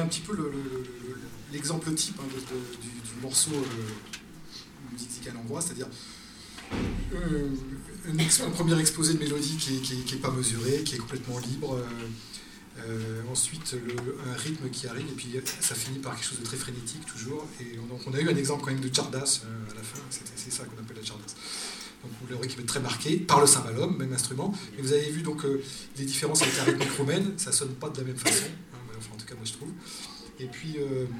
petit peu l'exemple type du morceau musique zigane hongroise, c'est-à-dire un premier exposé de mélodie qui est pas mesuré, qui est complètement libre. Ensuite, un rythme qui arrive, et puis ça finit par quelque chose de très frénétique, toujours. Et donc, on a eu un exemple quand même de Tchardas à la fin, c'est ça qu'on appelle la Tchardas. Donc, vous l'aurez qui va être très marqué par le cymbalum, même instrument. Et vous avez vu donc les différences avec la rythmique roumaine, ça sonne pas de la même façon, enfin, en tout cas, moi je trouve. Et puis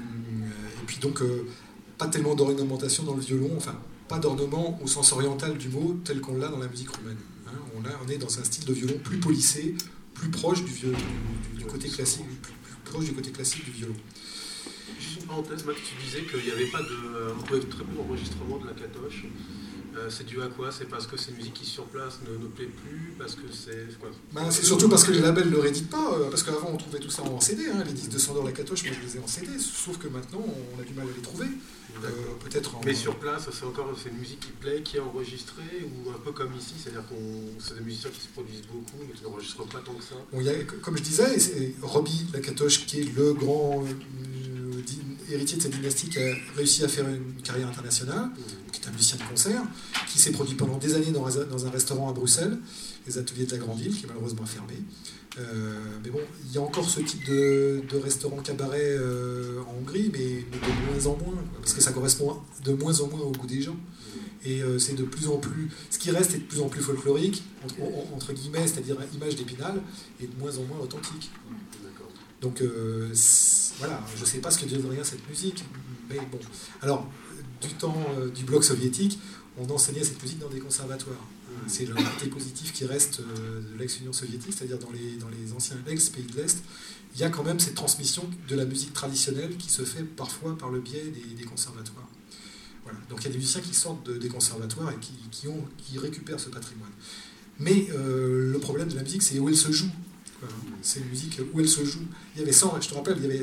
donc, pas tellement d'ornementation dans le violon, enfin, pas d'ornement au sens oriental du mot, tel qu'on l'a dans la musique roumaine. On est dans un style de violon plus polissé, plus proche du côté classique, plus proche du côté classique du violon. Juste une parenthèse, Max, tu disais qu'il n'y avait pas on trouvait très peu d'enregistrement de la Katoche. C'est dû à quoi? C'est parce que ces musiques qui sur place ne plaît plus? Parce que c'est quoi? C'est surtout parce que les labels ne le rééditent pas, parce qu'avant on trouvait tout ça en CD, les disques de Sandor la Katoche, moi je les ai en CD, sauf que maintenant on a du mal à les trouver. Mais sur place, c'est une musique qui plaît, qui est enregistrée, ou un peu comme ici, c'est-à-dire que c'est des musiciens qui se produisent beaucoup, mais qui n'enregistrent pas tant que ça. Bon, comme je disais, c'est Robbie Lakatosh qui est le grand héritier de cette dynastie qui a réussi à faire une carrière internationale, qui est un musicien de concert, qui s'est produit pendant des années dans un restaurant à Bruxelles, les ateliers de la Grande Ville, qui est malheureusement fermé. Mais bon, il y a encore ce type de restaurant cabaret en Hongrie, mais de moins en moins, parce que ça correspond de moins en moins au goût des gens. Et c'est de plus en plus... Ce qui reste est de plus en plus folklorique, entre guillemets, c'est-à-dire image d'Épinal, et de moins en moins authentique. Donc voilà, je ne sais pas ce que devenir cette musique, mais bon. Alors, du temps du bloc soviétique, on enseignait cette musique dans des conservatoires. C'est le côté positif qui reste de l'ex-Union soviétique, c'est-à-dire dans les anciens ex-pays de l'Est, il y a quand même cette transmission de la musique traditionnelle qui se fait parfois par le biais des conservatoires. Voilà. Donc il y a des musiciens qui sortent des conservatoires et qui récupèrent ce patrimoine. Mais le problème de la musique, c'est où elle se joue. Voilà. C'est une musique où elle se joue. Il y avait 100, je te rappelle, il y avait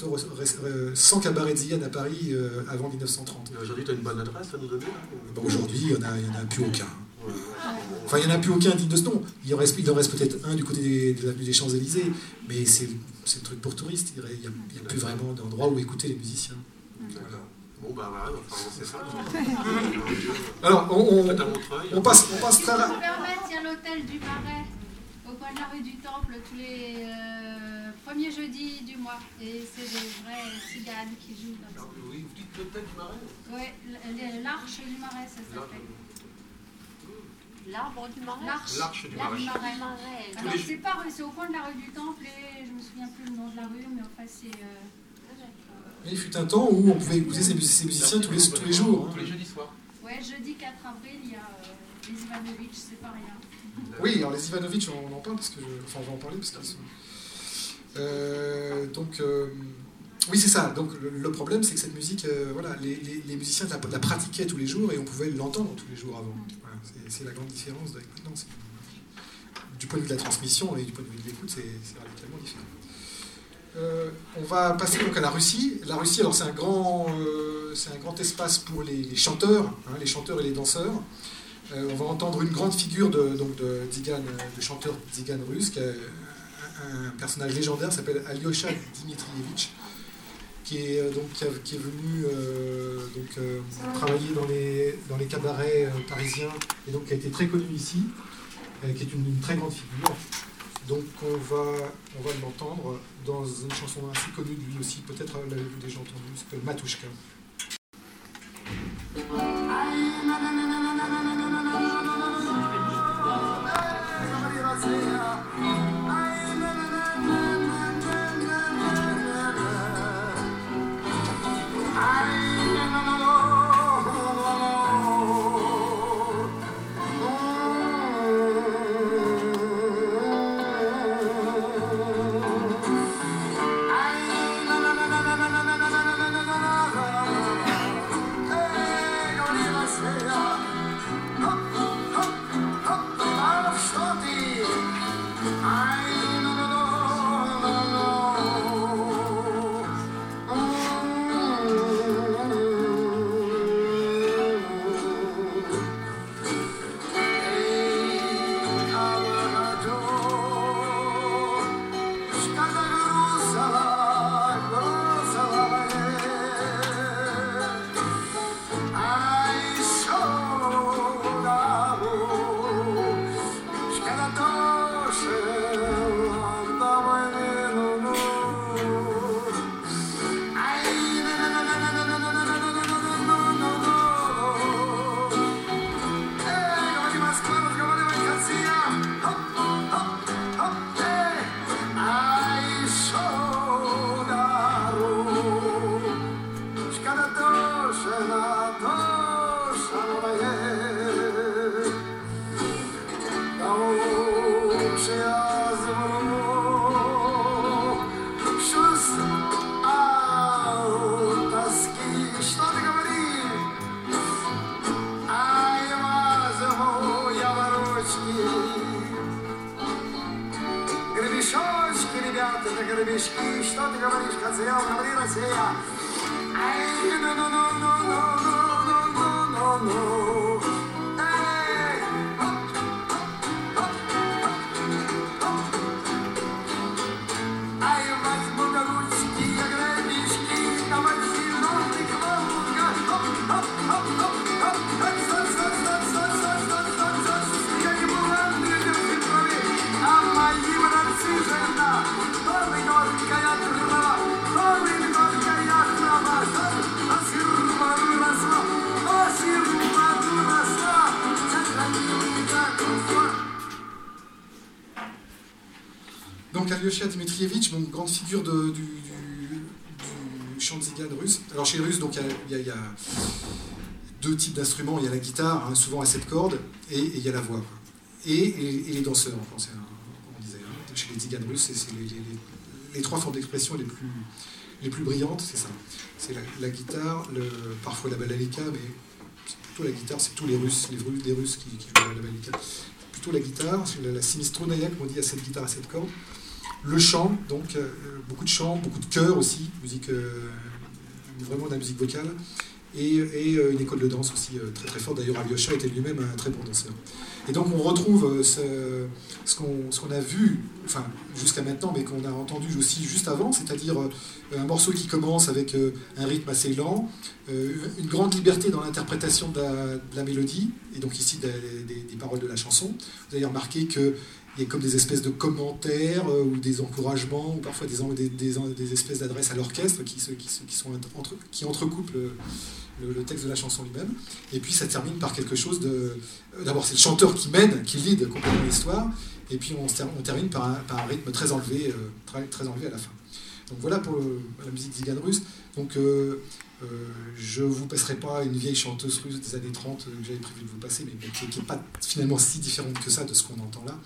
100 cabarets de zigane à Paris avant 1930. Aujourd'hui, tu as une bonne adresse à nous donner? Aujourd'hui, il n'y en a plus aucun. Enfin, il n'y en a plus aucun digne de ce nom. Il en reste peut-être un du côté de l'avenue des Champs-Élysées, mais c'est le truc pour touristes. Il n'y a plus vraiment d'endroit où écouter les musiciens. Voilà. Bon, bah voilà, c'est ça. Alors, on passe très rapidement. Si je peux me permettre, il y a l'hôtel du Marais, au coin de la rue du Temple, tous les premiers jeudis du mois. Et c'est des vrais ciganes qui jouent comme ça. Oui, vous dites l'hôtel du Marais? Oui, l'Arche du Marais, ça s'appelle. L'arbre du Marais? L'Arche du Marais. Alors, c'est au coin de la rue du Temple, et je me souviens plus le nom de la rue, mais enfin, c'est... Il fut un temps où on pouvait écouter ces musiciens tous les jours. Tous les jeudis soirs. Ouais, jeudi 4 avril, il y a les Ivanovic, c'est pas rien. Oui, alors les Ivanovic, on en parle parce que... Enfin, on va en parler parce qu'ils sont... oui, c'est ça. Donc, le problème, c'est que cette musique, voilà, les musiciens la pratiquaient tous les jours et on pouvait l'entendre tous les jours avant. Voilà, c'est la grande différence avec maintenant. Du point de vue de la transmission et du point de vue de l'écoute, c'est radicalement différent. On va passer donc à la Russie. La Russie, alors c'est un grand espace pour les chanteurs, les chanteurs et les danseurs. On va entendre une grande figure de chanteur tzigane russe, qui est un personnage légendaire, s'appelle Alyosha Dmitrievitch, qui est venu travailler dans les cabarets parisiens et donc qui a été très connu ici, qui est une très grande figure. Donc on va l'entendre dans une chanson assez connue de lui aussi, peut-être l'avez-vous déjà entendu, qui s'appelle Matushka. ребята, да гребешки, что ты говоришь, козел, говори, Россия. Ай, ну-ну-ну-ну-ну-ну-ну-ну-ну. Эй, ай, возьму до ручки, я гребешки, давай зеленый квалка. Хоп-хоп-хоп-хоп-хоп. Стой, стой, стой, стой, стой, стой, стой, стой. Я не была в крови, а мои братцы жена. Ой, горькая трава, ой, горькая трава. А сирмаду росла, а сирмаду росла. Donc Alyosha Dmitrievitch, donc grande figure du chant de Zigane russe. Alors chez les Russes, donc il y a deux types d'instruments. Il y a la guitare, hein, souvent à 7 cordes, et il y a la voix. Et les danseurs, enfin, on disait, hein, chez les Ziganes russes, c'est les trois formes d'expression les plus brillantes, c'est ça. C'est la guitare, parfois la balalika, mais c'est plutôt la guitare, c'est tous les Russes qui jouent la balalika. Plutôt la guitare, la simistronaïa, comme on dit, à cette guitare à 7 cordes. Le chant, donc beaucoup de chant, beaucoup de chœur aussi, musique, vraiment de la musique vocale, et une école de danse aussi très très forte. D'ailleurs, Alyosha était lui-même un très bon danseur. Et donc on retrouve ce qu'on a vu, enfin jusqu'à maintenant, mais qu'on a entendu aussi juste avant, c'est-à-dire un morceau qui commence avec un rythme assez lent, une grande liberté dans l'interprétation de la mélodie, et donc ici des paroles de la chanson. Vous avez remarqué qu'il y a comme des espèces de commentaires ou des encouragements, ou parfois des espèces d'adresses à l'orchestre qui entrecoupent le texte de la chanson lui-même. Et puis ça termine par quelque chose de... D'abord c'est le chanteur qui mène, qui lead complètement l'histoire, et puis on termine par un rythme très enlevé à la fin. Donc voilà pour la musique zigane russe. Donc je ne vous passerai pas une vieille chanteuse russe des années 30 que j'avais prévu de vous passer, mais qui n'est pas finalement si différente que ça de ce qu'on entend là.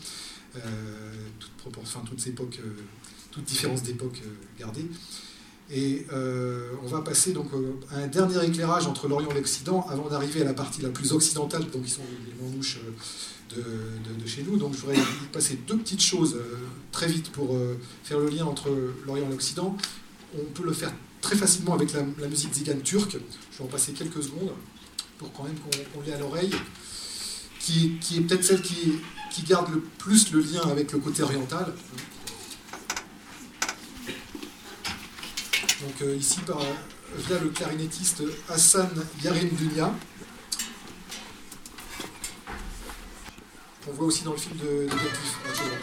Toute différence d'époque gardée. Et on va passer donc à un dernier éclairage entre l'Orient et l'Occident avant d'arriver à la partie la plus occidentale, donc qui sont les manouches de chez nous. Donc je voudrais passer deux petites choses très vite pour faire le lien entre l'Orient et l'Occident. On peut le faire très facilement avec la musique zigane turque. Je vais en passer quelques secondes pour quand même qu'on l'ait à l'oreille, qui est peut-être celle qui garde le plus le lien avec le côté oriental. Donc ici via le clarinettiste Hassan Yarim Dunya. On voit aussi dans le film de Gatif.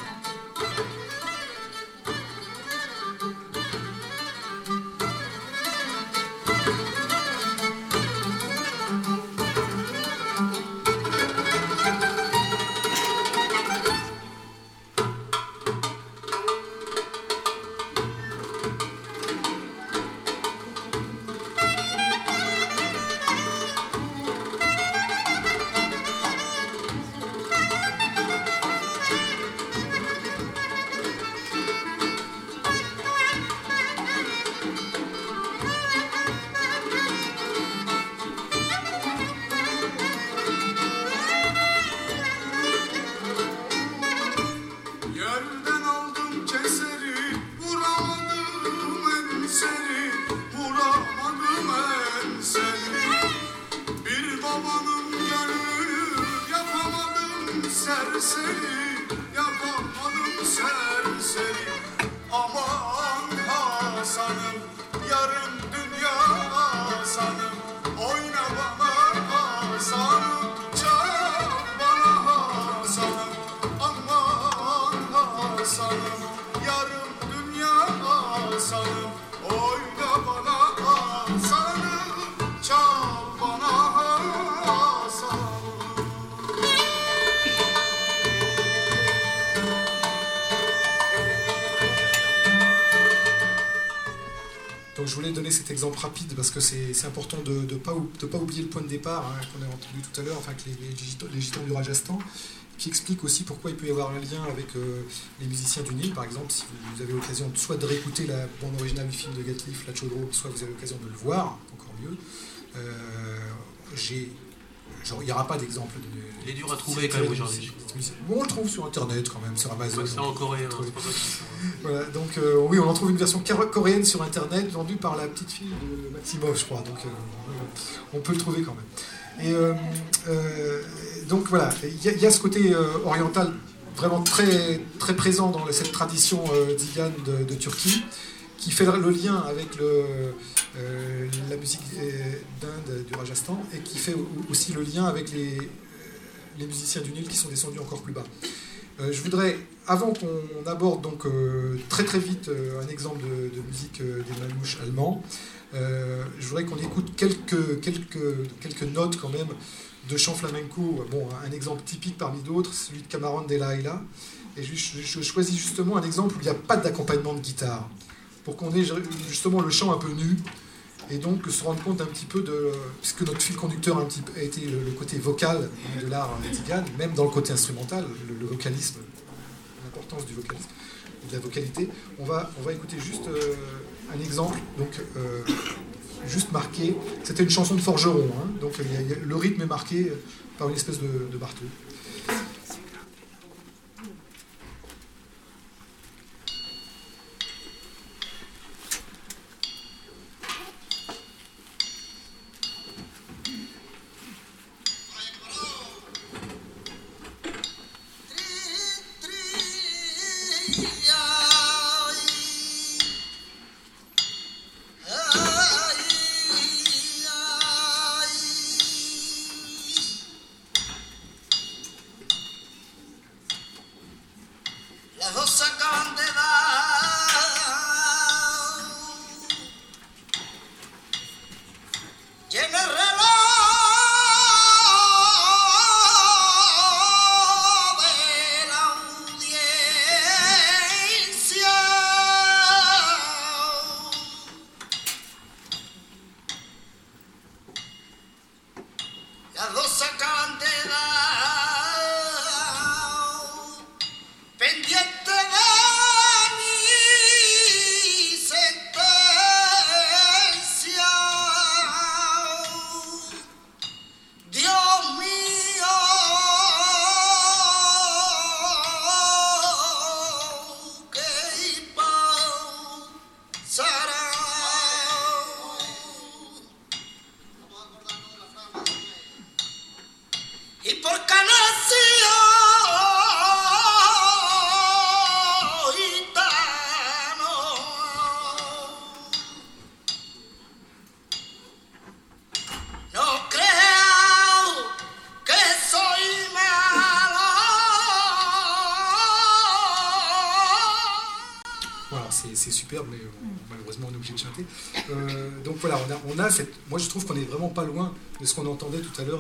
Donc je voulais donner cet exemple rapide parce que c'est important de ne pas oublier le point de départ hein, qu'on a entendu tout à l'heure, enfin que les gitans du Rajasthan, qui explique aussi pourquoi il peut y avoir un lien avec les musiciens du Nil. Par exemple, si vous avez l'occasion soit de réécouter la bande originale du film de Gatlif, La Chodro, soit vous avez l'occasion de le voir, encore mieux. J'ai il n'y aura pas d'exemple. Il est dur à trouver quand même aujourd'hui. Bon, on le trouve sur Internet quand même, sur Amazon. C'est en coréen, c'est pas ça Voilà, donc oui, on en trouve une version coréenne sur Internet, vendue par la petite fille de Maximov, je crois. Donc on peut le trouver quand même. Et donc voilà, il y a ce côté oriental vraiment très, très présent dans cette tradition tzigane de Turquie, qui fait le lien avec la musique d'Inde, du Rajasthan, et qui fait aussi le lien avec les musiciens du Nil qui sont descendus encore plus bas. Je voudrais, avant qu'on aborde donc très très vite un exemple de musique des manouches allemands, je voudrais qu'on écoute quelques notes quand même de chant flamenco. Bon, un exemple typique parmi d'autres, celui de Camarón de la Isla. Et je choisis justement un exemple où il n'y a pas d'accompagnement de guitare, pour qu'on ait justement le chant un peu nu, et donc se rendre compte un petit peu puisque notre fil conducteur a été le côté vocal de l'art tzigane, même dans le côté instrumental, le vocalisme, l'importance du vocalisme et de la vocalité. On va écouter juste un exemple, donc juste marqué. C'était une chanson de forgeron, hein, donc le rythme est marqué par une espèce de marteau. C'est superbe, mais malheureusement on est obligé de chanter. Donc voilà, on a cette. Moi je trouve qu'on est vraiment pas loin de ce qu'on entendait tout à l'heure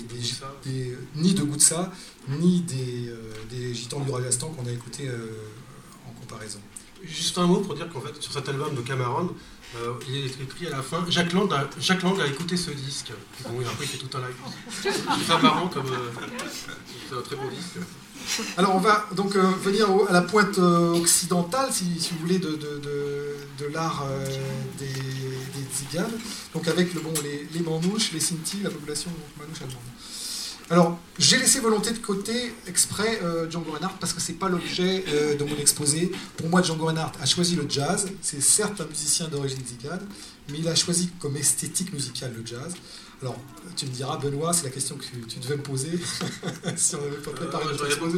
ni de Goutsa, ni des gitans du Rajasthan qu'on a écouté en comparaison. Juste un mot pour dire qu'en fait sur cet album de Camarón, il est écrit à la fin Jacques Lang a écouté ce disque. Bon, après il fait tout un live. C'est très marrant comme c'est un très beau disque. Alors on va donc venir à la pointe occidentale, si vous voulez, de l'art des tziganes, donc avec les manouches, les Sinti, la population manouche allemande. Alors j'ai laissé volonté de côté exprès Django Reinhardt parce que c'est pas l'objet de mon exposé. Pour moi, Django Reinhardt a choisi le jazz. C'est certes un musicien d'origine tzigane, mais il a choisi comme esthétique musicale le jazz. Alors, tu me diras, Benoît, c'est la question que tu devais me poser, si on n'avait pas préparé notre exposé.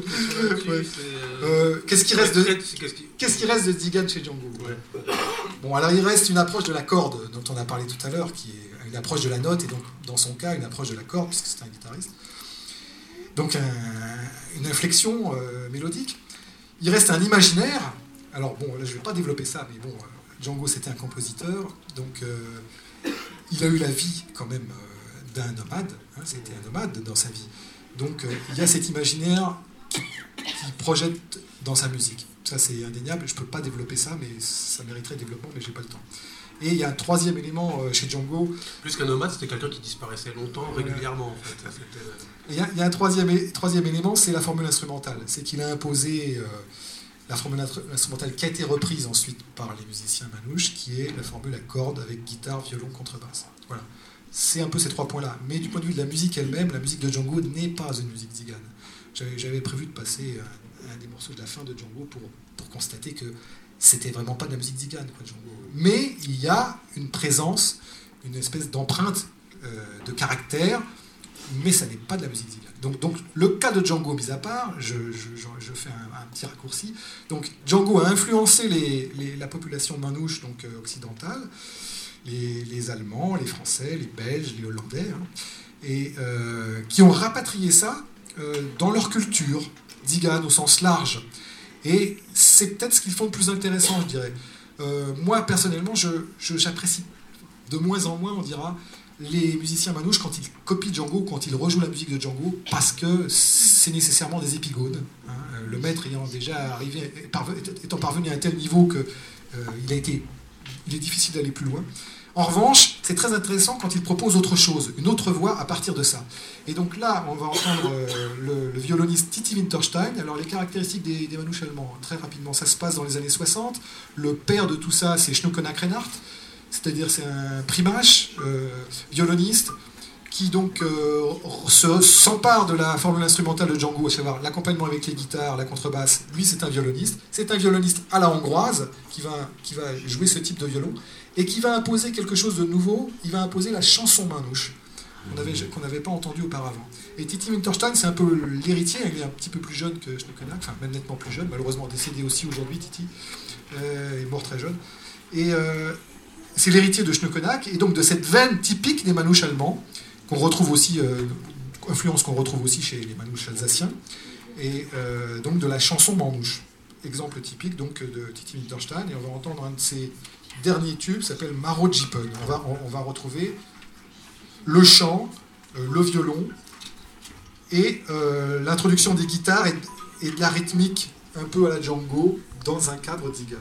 Qu'est-ce qui reste de tzigane chez Django? Bon, alors il reste une approche de la corde, dont on a parlé tout à l'heure, qui est une approche de la note, et donc, dans son cas, une approche de la corde, puisque c'est un guitariste. Donc, une inflexion mélodique. Il reste un imaginaire. Alors, bon, là, je ne vais pas développer ça, mais bon, Django, c'était un compositeur, donc il a eu la vie, quand même, d'un nomade, hein, c'était un nomade dans sa vie. Donc il y a cet imaginaire qui projette dans sa musique. Ça c'est indéniable, je ne peux pas développer ça, mais ça mériterait développement, mais je n'ai pas le temps. Et il y a un troisième élément chez Django. Plus qu'un nomade, c'était quelqu'un qui disparaissait longtemps, régulièrement en fait. Il y a un troisième élément, c'est la formule instrumentale. C'est qu'il a imposé la formule instrumentale qui a été reprise ensuite par les musiciens manouches, qui est la formule à cordes avec guitare, violon, contrebasse. Voilà. c'est un peu ces 3 points-là. Mais du point de vue de la musique elle-même, la musique de Django n'est pas une musique tzigane. J'avais prévu de passer un des morceaux de la fin de Django pour constater que c'était vraiment pas de la musique tzigane, quoi, Django. Mais il y a une présence, une espèce d'empreinte de caractère, mais ça n'est pas de la musique tzigane. Donc le cas de Django mis à part, je fais un petit raccourci. Donc Django a influencé la population manouche, donc occidentale, les Allemands, les Français, les Belges, les Hollandais, hein, et qui ont rapatrié ça dans leur culture, tzigane au sens large. Et c'est peut-être ce qu'ils font de plus intéressant, je dirais. Moi, personnellement, j'apprécie de moins en moins, on dira, les musiciens manouches quand ils copient Django, quand ils rejouent la musique de Django, parce que c'est nécessairement des épigones. Hein, le maître ayant déjà étant parvenu à un tel niveau que il est difficile d'aller plus loin. En revanche, c'est très intéressant quand il propose autre chose, une autre voix à partir de ça. Et donc là, on va entendre le violoniste Titi Winterstein. Alors les caractéristiques des manouches allemands, très rapidement, ça se passe dans les années 60. Le père de tout ça, c'est Schnuckenach Reinhardt, c'est-à-dire c'est un primache, violoniste, qui donc s'empare de la formule instrumentale de Django, à savoir l'accompagnement avec les guitares, la contrebasse. Lui, c'est un violoniste. C'est un violoniste à la hongroise qui va jouer ce type de violon et qui va imposer quelque chose de nouveau. Il va imposer la chanson manouche qu'on n'avait pas entendue auparavant. Et Titi Winterstein, c'est un peu l'héritier. Il est un petit peu plus jeune que Schnuckenach, enfin même nettement plus jeune, malheureusement décédé aussi aujourd'hui, Titi. Il est mort très jeune. Et c'est l'héritier de Schnuckenach, et donc de cette veine typique des manouches allemands, qu'on retrouve aussi, influence qu'on retrouve aussi chez les manouches alsaciens, et donc de la chanson manouche. Exemple typique donc de Titi Winterstein, et on va entendre un de ses derniers tubes, qui s'appelle Marotjipen. On va retrouver le chant, le violon, et l'introduction des guitares et de la rythmique un peu à la Django dans un cadre tzigane.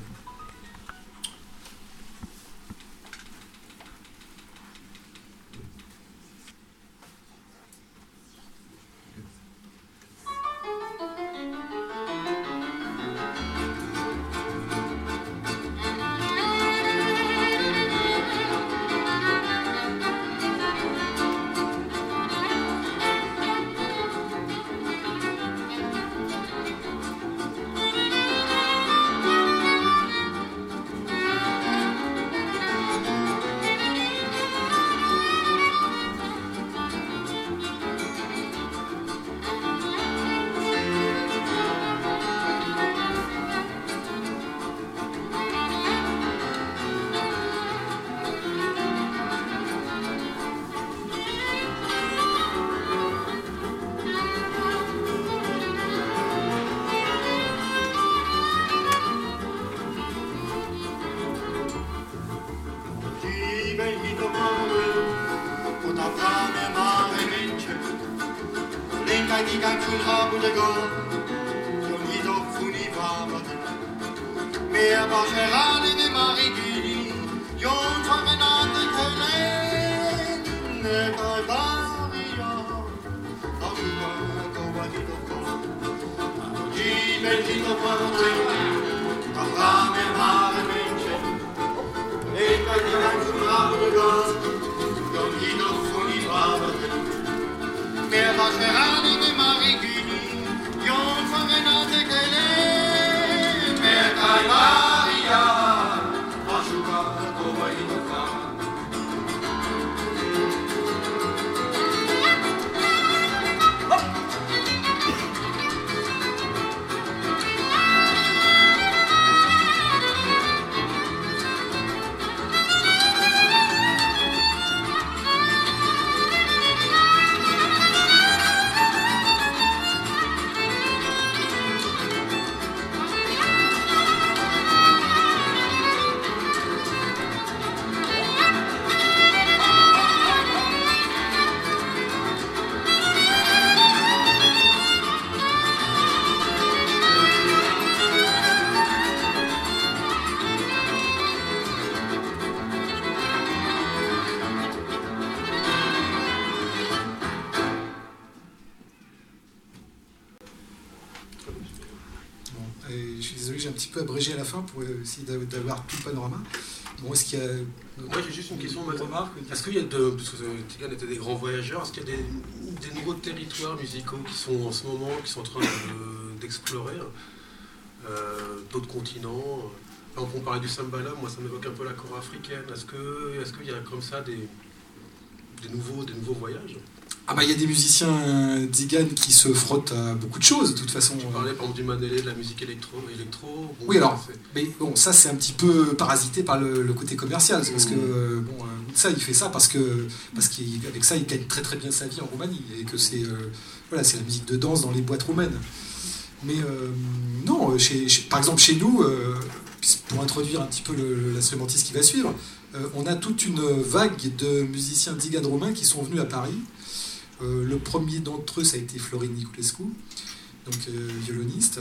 peu abrégé à la fin pour essayer d'avoir tout le panorama. Bon, est-ce qu'il y a... Moi j'ai juste une question. Remarque. Est-ce qu'il y a parce que Tzigane était des grands voyageurs, est-ce qu'il y a des nouveaux territoires musicaux qui sont en ce moment, qui sont en train d'explorer d'autres continents? Quand on parlait du samba là, moi ça m'évoque un peu la Corée africaine. Est-ce qu'il y a comme ça des nouveaux voyages? Ah bah il y a des musiciens Tzigane qui se frottent à beaucoup de choses de toute façon. Tu parlais par exemple du Mandélé, de la musique électro. Bon, Oui alors, mais bon ça c'est un petit peu parasité par le côté commercial, parce que ça il fait ça parce qu'avec ça il gagne très très bien sa vie en Roumanie et que c'est la musique de danse dans les boîtes roumaines. Mais non, par exemple chez nous, pour introduire un petit peu l'instrumentiste qui va suivre, on a toute une vague de musiciens Tzigane roumains qui sont venus à Paris. Le premier d'entre eux, ça a été Florin Niculescu, donc violoniste.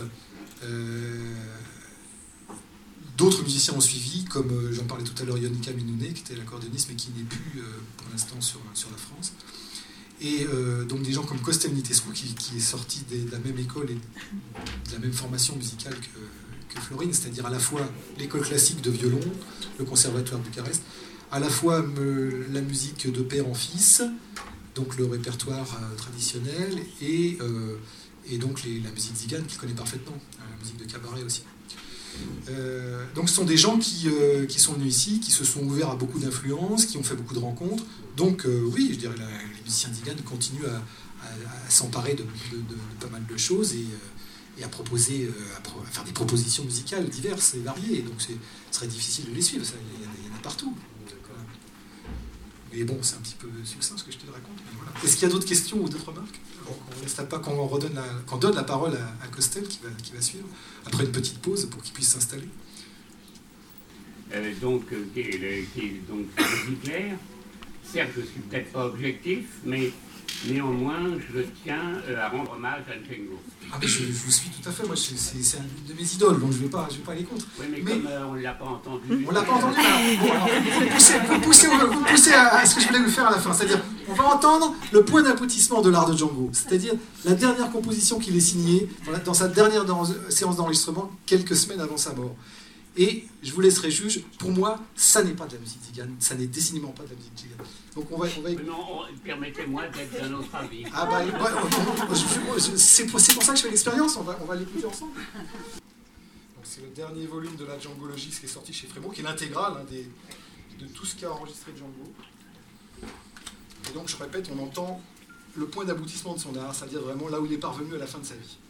D'autres musiciens ont suivi, comme j'en parlais tout à l'heure, Ionica Minoune, qui était l'accordéoniste, mais qui n'est plus pour l'instant sur la France. Et donc des gens comme Costel Nitescu, qui est sorti de la même école et de la même formation musicale que Florin, c'est-à-dire à la fois l'école classique de violon, le conservatoire de Bucarest, à la fois la musique de père en fils, donc le répertoire traditionnel, et donc la musique Tzigane qu'il connaît parfaitement, la musique de cabaret aussi. Donc ce sont des gens qui sont venus ici, qui se sont ouverts à beaucoup d'influences, qui ont fait beaucoup de rencontres. Donc oui, je dirais les musiciens Tzigane continuent à s'emparer de pas mal de choses et à proposer, à faire des propositions musicales diverses et variées. Donc ce serait difficile de les suivre, il y en a partout. Mais bon, c'est un petit peu succinct ce que je te raconte. Voilà. Est-ce qu'il y a d'autres questions ou d'autres remarques? Qu'on donne la parole à Costel qui va suivre, après une petite pause pour qu'il puisse s'installer. Donc Ziegler, certes je ne suis peut-être pas objectif, mais néanmoins je tiens à rendre hommage à Django. Ah mais je vous suis tout à fait, moi c'est un de mes idoles, donc je ne vais pas aller contre. Oui, mais comme on ne l'a pas entendu... On ne l'a pas entendu, alors vous poussez à ce que je voulais vous faire à la fin, c'est-à-dire on va entendre le point d'aboutissement de l'art de Django, c'est-à-dire la dernière composition qu'il ait signée dans sa dernière séance d'enregistrement, quelques semaines avant sa mort. Et je vous laisserai juge, pour moi, ça n'est pas de la musique Tzigane, ça n'est décidément pas de la musique Tzigane. Donc on va non, permettez-moi d'être d'un autre avis. Ah bah, c'est pour ça que je fais l'expérience, on va l'écouter ensemble. Donc c'est le dernier volume de la Djangologie, ce qui est sorti chez Frémaux, qui est l'intégrale de tout ce qu'a enregistré Django. Et donc je répète, on entend le point d'aboutissement de son art, c'est-à-dire vraiment là où il est parvenu à la fin de sa vie.